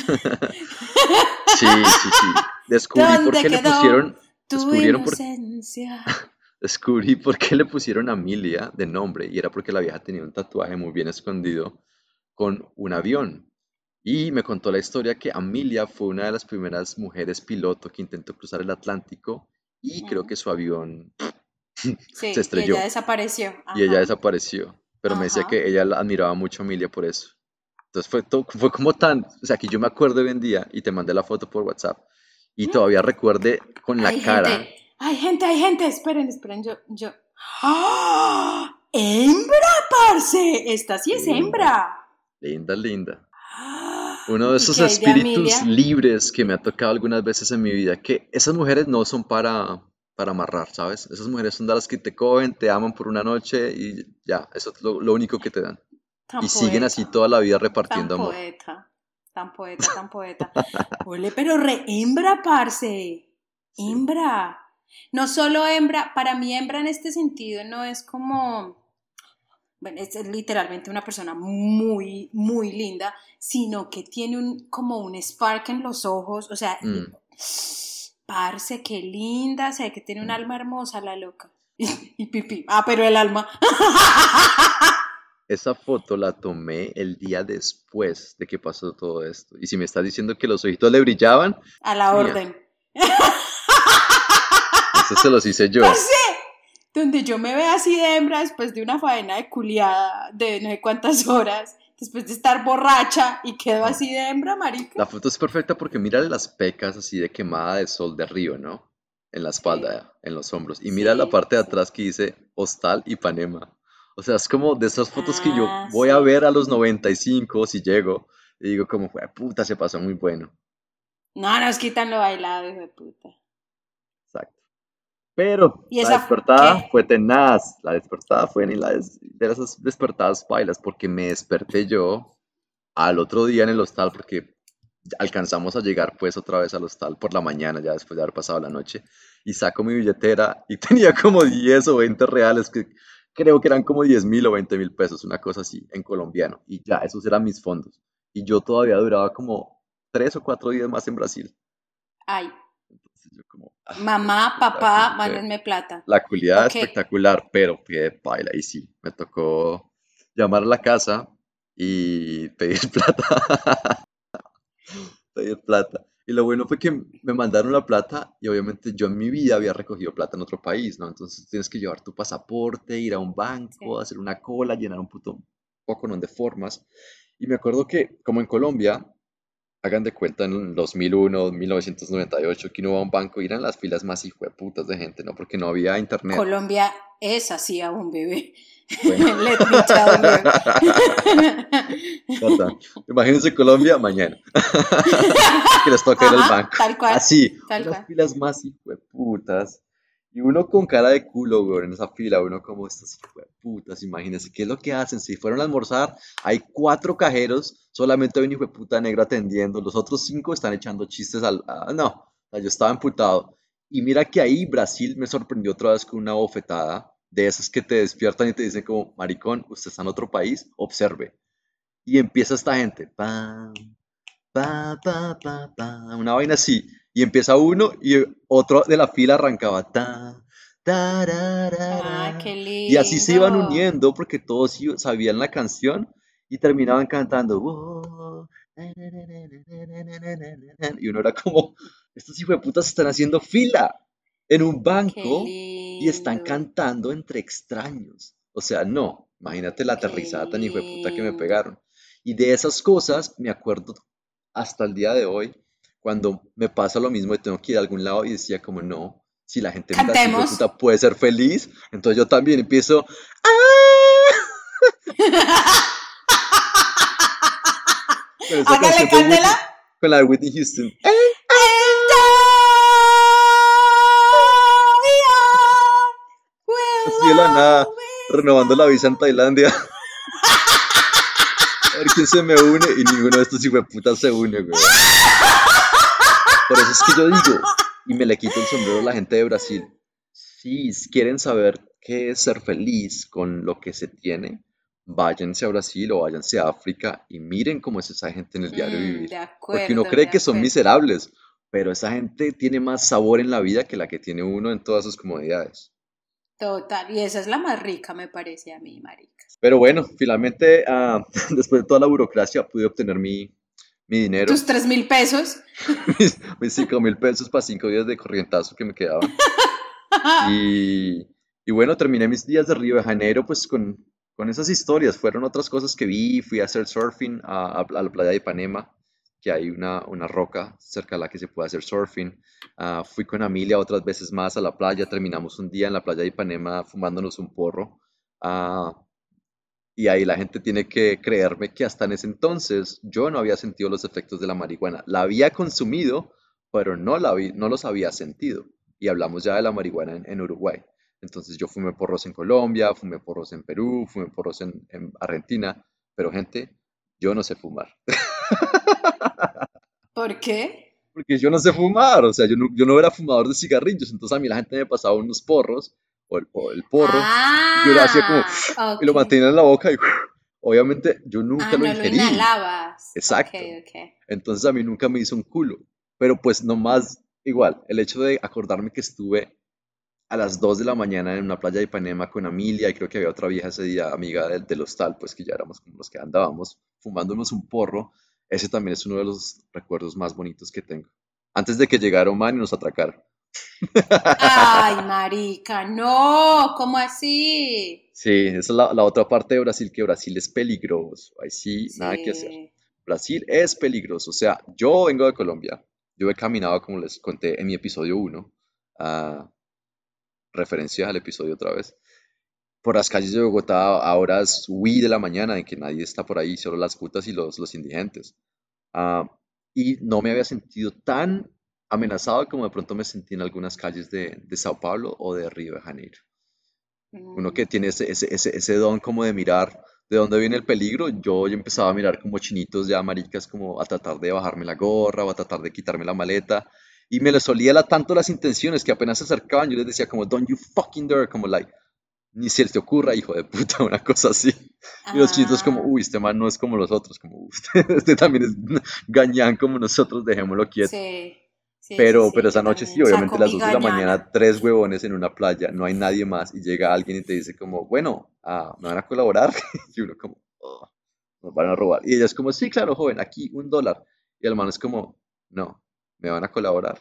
Sí, sí, sí. Descubrí por ¿Dónde qué le quedó pusieron, tu descubrieron por, inocencia? descubrí por qué le pusieron Amelia de nombre y era porque la vieja tenía un tatuaje muy bien escondido con un avión. Y me contó la historia que Amelia fue una de las primeras mujeres piloto que intentó cruzar el Atlántico y creo Mm, que su avión se sí, y ella estrelló desapareció. y ella Ajá, desapareció. Pero me decía ajá. que ella la admiraba mucho a Amelia por eso. Entonces fue, to- fue como tan, o sea, que yo me acuerdo hoy en día y te mandé la foto por WhatsApp y todavía recuerde con la Hay gente, cara, hay gente, hay gente. Esperen, esperen, yo, yo. ¡Ah! ¡Hembra, parce! Esta sí es linda, hembra. linda, linda. ¡Ah! Uno de ¿Y esos qué hay de espíritus Amelia? libres que me ha tocado algunas veces en mi vida, que esas mujeres no son para, para amarrar, ¿sabes? Esas mujeres son de las que te cogen, te aman por una noche y ya, eso es lo, lo único que te dan. Y Tan siguen así poeta, toda la vida tan repartiendo amor. poeta, tan poeta, tan poeta. Ole, pero re hembra, parce. Sí. Hembra. No solo hembra, para mí hembra en este sentido no es como, bueno, es literalmente una persona muy, muy linda, sino que tiene un, como un spark en los ojos, o sea, Mm, parce, qué linda, sé que tiene un mm. alma hermosa la loca. Y pipí, ah, pero el alma. Esa foto la tomé el día después de que pasó todo esto. Y si me estás diciendo que los ojitos le brillaban, A es la mía. orden. Eso se los hice yo. Parce, donde yo me veo así de hembra después de una faena de culiada de no sé cuántas horas, después de estar borracha y quedo No. así de hembra, marica. La foto es perfecta porque mira las pecas así de quemada de sol de río, ¿no? En la Sí, espalda, en los hombros. Y mira la sí, parte de sí. atrás que dice Hostal Ipanema. O sea, es como de esas fotos que yo Ah, voy a sí. ver a los noventa y cinco si llego. Y digo como, "Jue puta, se pasó muy bueno". No nos quitan lo bailado, hijo de puta. Exacto. Pero ¿Y la esa despertada qué? fue tenaz. La despertada fue ni la des- de esas despertadas bailas porque me desperté yo al otro día en el hostal porque alcanzamos a llegar pues otra vez al hostal por la mañana ya después de haber pasado la noche y saco mi billetera y tenía como diez o veinte reales que creo que eran como diez mil o veinte mil pesos, una cosa así en colombiano y ya esos eran mis fondos y yo todavía duraba como tres o cuatro días más en Brasil. Ay, Entonces yo como, ah, mamá, puta, papá, como que mándenme plata. la culiada Ok. espectacular, pero que baila y sí, me tocó llamar a la casa y pedir plata. Pedir plata. Y lo bueno fue que me mandaron la plata y obviamente yo en mi vida había recogido plata en otro país, ¿no? Entonces tienes que llevar tu pasaporte, ir a un banco, Sí. hacer una cola, llenar un puto poco ¿no? de formas. Y me acuerdo que, como en Colombia, hagan de cuenta en el dos mil uno, mil novecientos noventa y ocho, que uno va a un banco y eran las filas más hijueputas de gente, ¿no? Porque no había internet. Colombia es así a un bebé. Bueno, Let me tell you. ¿verdad? Imagínense Colombia mañana, que les toca ir al Ajá, banco. tal cual, Así, tal unas cual. filas más hijueputas. Y uno con cara de culo, güey, en esa fila, uno como estas hijueputas, imagínense, ¿qué es lo que hacen? Si fueron a almorzar, hay cuatro cajeros, solamente hay un hijueputa negro atendiendo, los otros cinco están echando chistes al... ah, no, o sea, yo estaba emputado. Y mira que ahí Brasil me sorprendió otra vez con una bofetada, de esas que te despiertan y te dicen como, maricón, usted está en otro país, observe. Y empieza esta gente, pam, pa, pa, pa, pa, una vaina así. Y empieza uno y otro de la fila arrancaba, ta, Ah, tararara. qué Y así se iban lindo. uniendo porque todos iba- sabían la canción y terminaban cantando. "Wo, na, na, na, na, na, na, na, na, na, na". Y uno era como, estos hijueputas están haciendo fila. en un Qué banco y están lindo, cantando entre extraños. O sea, no, imagínate la qué aterrizada tan hijueputa que me lindo. pegaron. Y de esas cosas me acuerdo hasta el día de hoy, cuando me pasa lo mismo y tengo que ir a algún lado y decía como no, si la gente en Brasil, Cantemos. hijueputa, puede ser feliz, entonces yo también empiezo, ¡ah! Con esa Hágale, canción de cántela. Whitney, con la de Whitney Houston. ¡Eh! And I will Así de la nada, always renovando la visa en love. Tailandia. A ver quién se me une y ninguno de estos hijueputas se une, weón. Por eso es que yo digo, y me le quito el sombrero a la gente de Brasil, si quieren saber qué es ser feliz con lo que se tiene, váyanse a Brasil o váyanse a África y miren cómo es esa gente en el diario Mm, vivir. de Porque uno acuerdo, de cree que son acuerdo. miserables, pero esa gente tiene más sabor en la vida que la que tiene uno en todas sus comodidades. Total. Y esa es la más rica, me parece a mí, marica. Pero bueno, finalmente, ah, después de toda la burocracia, pude obtener mi, mi dinero, Tus tres mil pesos. mis, mis cinco mil pesos para cinco días de corrientazo que me quedaban. Y, y bueno, terminé mis días de Río de Janeiro pues con, con esas historias. Fueron otras cosas que vi. Fui a hacer surfing a, a- a la playa de Ipanema, que hay una, una roca cerca de la que se puede hacer surfing. Ah, fui con Amelia otras veces más a la playa. Terminamos un día en la playa de Ipanema fumándonos un porro. Ah, y ahí la gente tiene que creerme que hasta en ese entonces yo no había sentido los efectos de la marihuana. La había consumido, pero no, la vi- no los había sentido. Y hablamos ya de la marihuana en, en Uruguay. Entonces yo fumé porros en Colombia, fumé porros en Perú, fumé porros en, en Argentina, pero gente, yo no sé fumar. ¿Por qué? Porque yo no sé fumar, o sea, yo no, yo no era fumador de cigarrillos, entonces a mí la gente me pasaba unos porros, o el, o el porro, y yo lo hacía como, Ah, y lo ok. mantenía en la boca y obviamente yo Ah, nunca lo no lo ingerí. inhalabas. Ok, Exacto. ok. Entonces a mí nunca me hizo un culo. Pero pues nomás, igual, el hecho de acordarme que estuve a las dos de la mañana en una playa de Ipanema con Amelia y creo que había otra vieja ese día, amiga del, del hostal, pues que ya éramos como los que andábamos fumándonos un porro, ese también es uno de los recuerdos más bonitos que tengo. Antes de que llegara Oman y nos atracara. Ay, marica, no, ¿cómo así? Sí, esa es la, la otra parte de Brasil, que Brasil es peligroso. Ahí sí, nada que hacer. Sí. Brasil es peligroso. O sea, yo vengo de Colombia. Yo he caminado, como les conté en mi episodio uno, a referencia al episodio otra vez, por las calles de Bogotá a horas huí de la mañana, en que nadie está por ahí, solo las putas y los, los indigentes. Ah, y no me había sentido tan amenazado como de pronto me sentí en algunas calles de, de Sao Paulo o de Río de Janeiro. Uno que Mm. tiene ese, ese, ese, ese don como de mirar de dónde viene el peligro, yo, yo empezaba a mirar como chinitos ya maricas, como a tratar de bajarme la gorra o a tratar de quitarme la maleta. Y me les olía la- tanto las intenciones que apenas se acercaban, yo les decía como, don't you fucking dare, como like, ni se te ocurra, hijo de puta, una cosa así. Y los chinitos como, Ah, uy, este man no es como los otros, como, usted, este también es gañán como nosotros, dejémoslo quieto. sí, sí, sí, Pero, pero sí, esa yo noche sí, también obviamente saco a las mi dos de la gañana. mañana, tres huevones en una playa, no hay nadie más y llega alguien y te dice como, bueno, ah, ¿me van a colaborar? Y uno como, "Oh, nos van a robar". Y ella es como, sí, claro, joven, aquí un dólar. Y el man es como, no, me van a colaborar.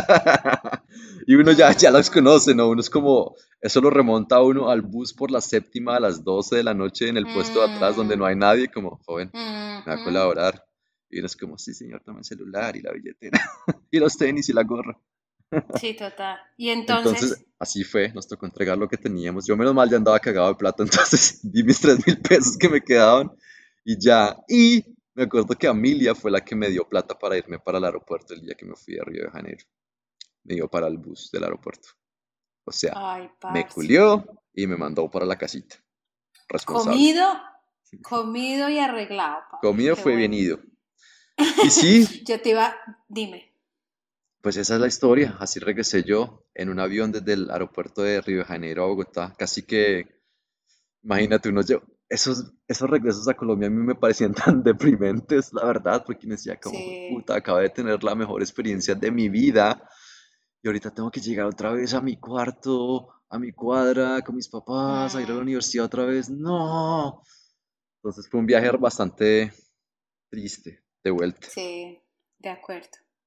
Y uno ya, ya los conoce, Mm, ¿no? Uno es como, eso lo remonta a uno al bus por la séptima a las doce de la noche en el puesto de atrás donde no mm, hay nadie, como, joven, me va a ujú. colaborar. Y uno es como, sí, señor, toma el celular y la billetera y los tenis y la gorra. Sí, total. Y Entonces, entonces, así fue, nos tocó entregar lo que teníamos. Yo menos mal ya andaba cagado de plata, entonces di mis tres mil pesos que me quedaban y ya. Y me acuerdo que Amelia fue la que me dio plata para irme para el aeropuerto el día que me fui a Río de Janeiro. Me dio para el bus del aeropuerto. O sea, ay, me parce. culió y me mandó para la casita. Responsable. Comido, comido y arreglado, papi. Comido Qué fue bien bueno. ido. Y sí, Yo te iba, dime. pues esa es la historia. Así regresé yo en un avión desde el aeropuerto de Río de Janeiro a Bogotá. Casi que imagínate, uno lle- esos, esos regresos a Colombia a mí me parecían tan deprimentes, la verdad, porque me decía como, Sí. puta, acabé de tener la mejor experiencia de mi vida y ahorita tengo que llegar otra vez a mi cuarto, a mi cuadra, con mis papás, a ir a la Mm, universidad otra vez. No. Entonces fue un viaje bastante triste, de vuelta. sí, de acuerdo.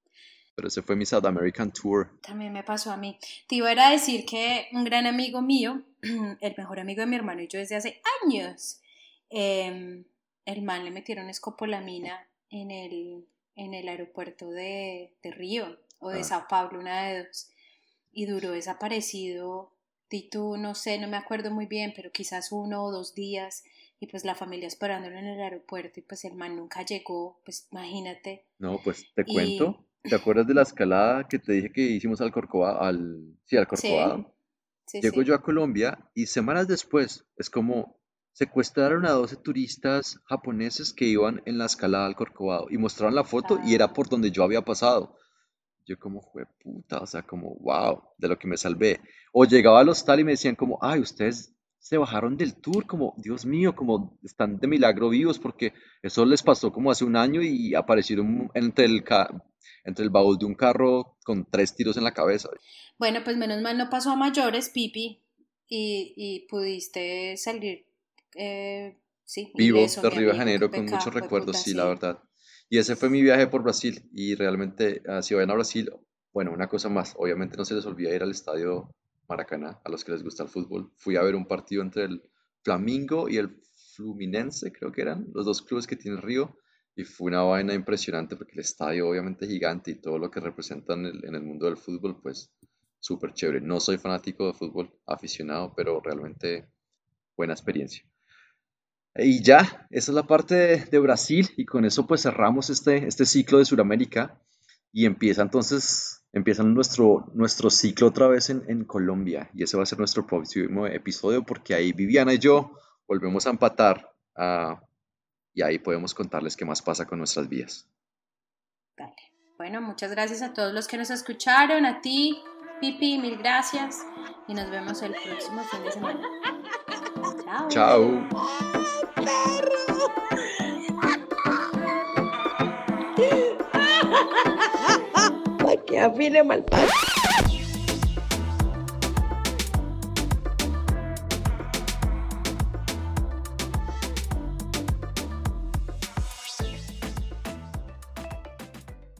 Pero ese fue mi South American Tour. También me pasó a mí. Te iba a ir a decir que un gran amigo mío, el mejor amigo de mi hermano y yo desde hace años, eh, el man le metieron escopolamina en el, en el aeropuerto de, de Río o de Ah, Sao Paulo, una de dos, y duró desaparecido, di tú, no sé, no me acuerdo muy bien, pero quizás uno o dos días, y pues la familia esperándolo en el aeropuerto, y pues el man nunca llegó, pues imagínate, no, pues te y cuento. ¿Te acuerdas de la escalada que te dije que hicimos al Corcovado? Al, sí, al sí, Corcovado. sí, Llego sí. yo a Colombia y semanas después es como secuestraron a doce turistas japoneses que iban en la escalada al Corcovado y mostraron la foto y era Ah, por donde yo había pasado. Yo como fue puta, o sea, como wow, de lo que me salvé. O llegaba al hostal y me decían como, ay, ustedes se bajaron del tour, como, Dios mío, como están de milagro vivos, porque eso les pasó como hace un año y aparecieron entre el, ca- entre el baúl de un carro con tres tiros en la cabeza. bueno, pues menos mal no pasó a mayores, Pipi, y, y pudiste salir, eh, sí, Vivo ileso, de mi Río de amigo, qué Janeiro con muchos pecado, fue recuerdos, puta, sí, la sí. verdad. Y ese fue mi viaje por Brasil y realmente, ah, si vayan a Brasil, bueno, una cosa más, obviamente no se les olvida ir al estadio Maracaná, a los que les gusta el fútbol. Fui a ver un partido entre el Flamingo y el Fluminense, creo que eran los dos clubes que tiene el Río, y fue una vaina impresionante porque el estadio obviamente gigante y todo lo que representa en el, en el mundo del fútbol, pues súper chévere. No soy fanático de fútbol, aficionado, pero realmente buena experiencia. Y ya, esa es la parte de, de Brasil y con eso pues cerramos este, este ciclo de Sudamérica y empieza entonces, empieza nuestro, nuestro ciclo otra vez en, en Colombia y ese va a ser nuestro próximo episodio porque ahí Viviana y yo volvemos a empatar ah, y ahí podemos contarles qué más pasa con nuestras vidas. Dale. Bueno, muchas gracias a todos los que nos escucharon, a ti, Pipi, mil gracias, y nos vemos el próximo fin de semana. Chao. Chao. Para que afine mal.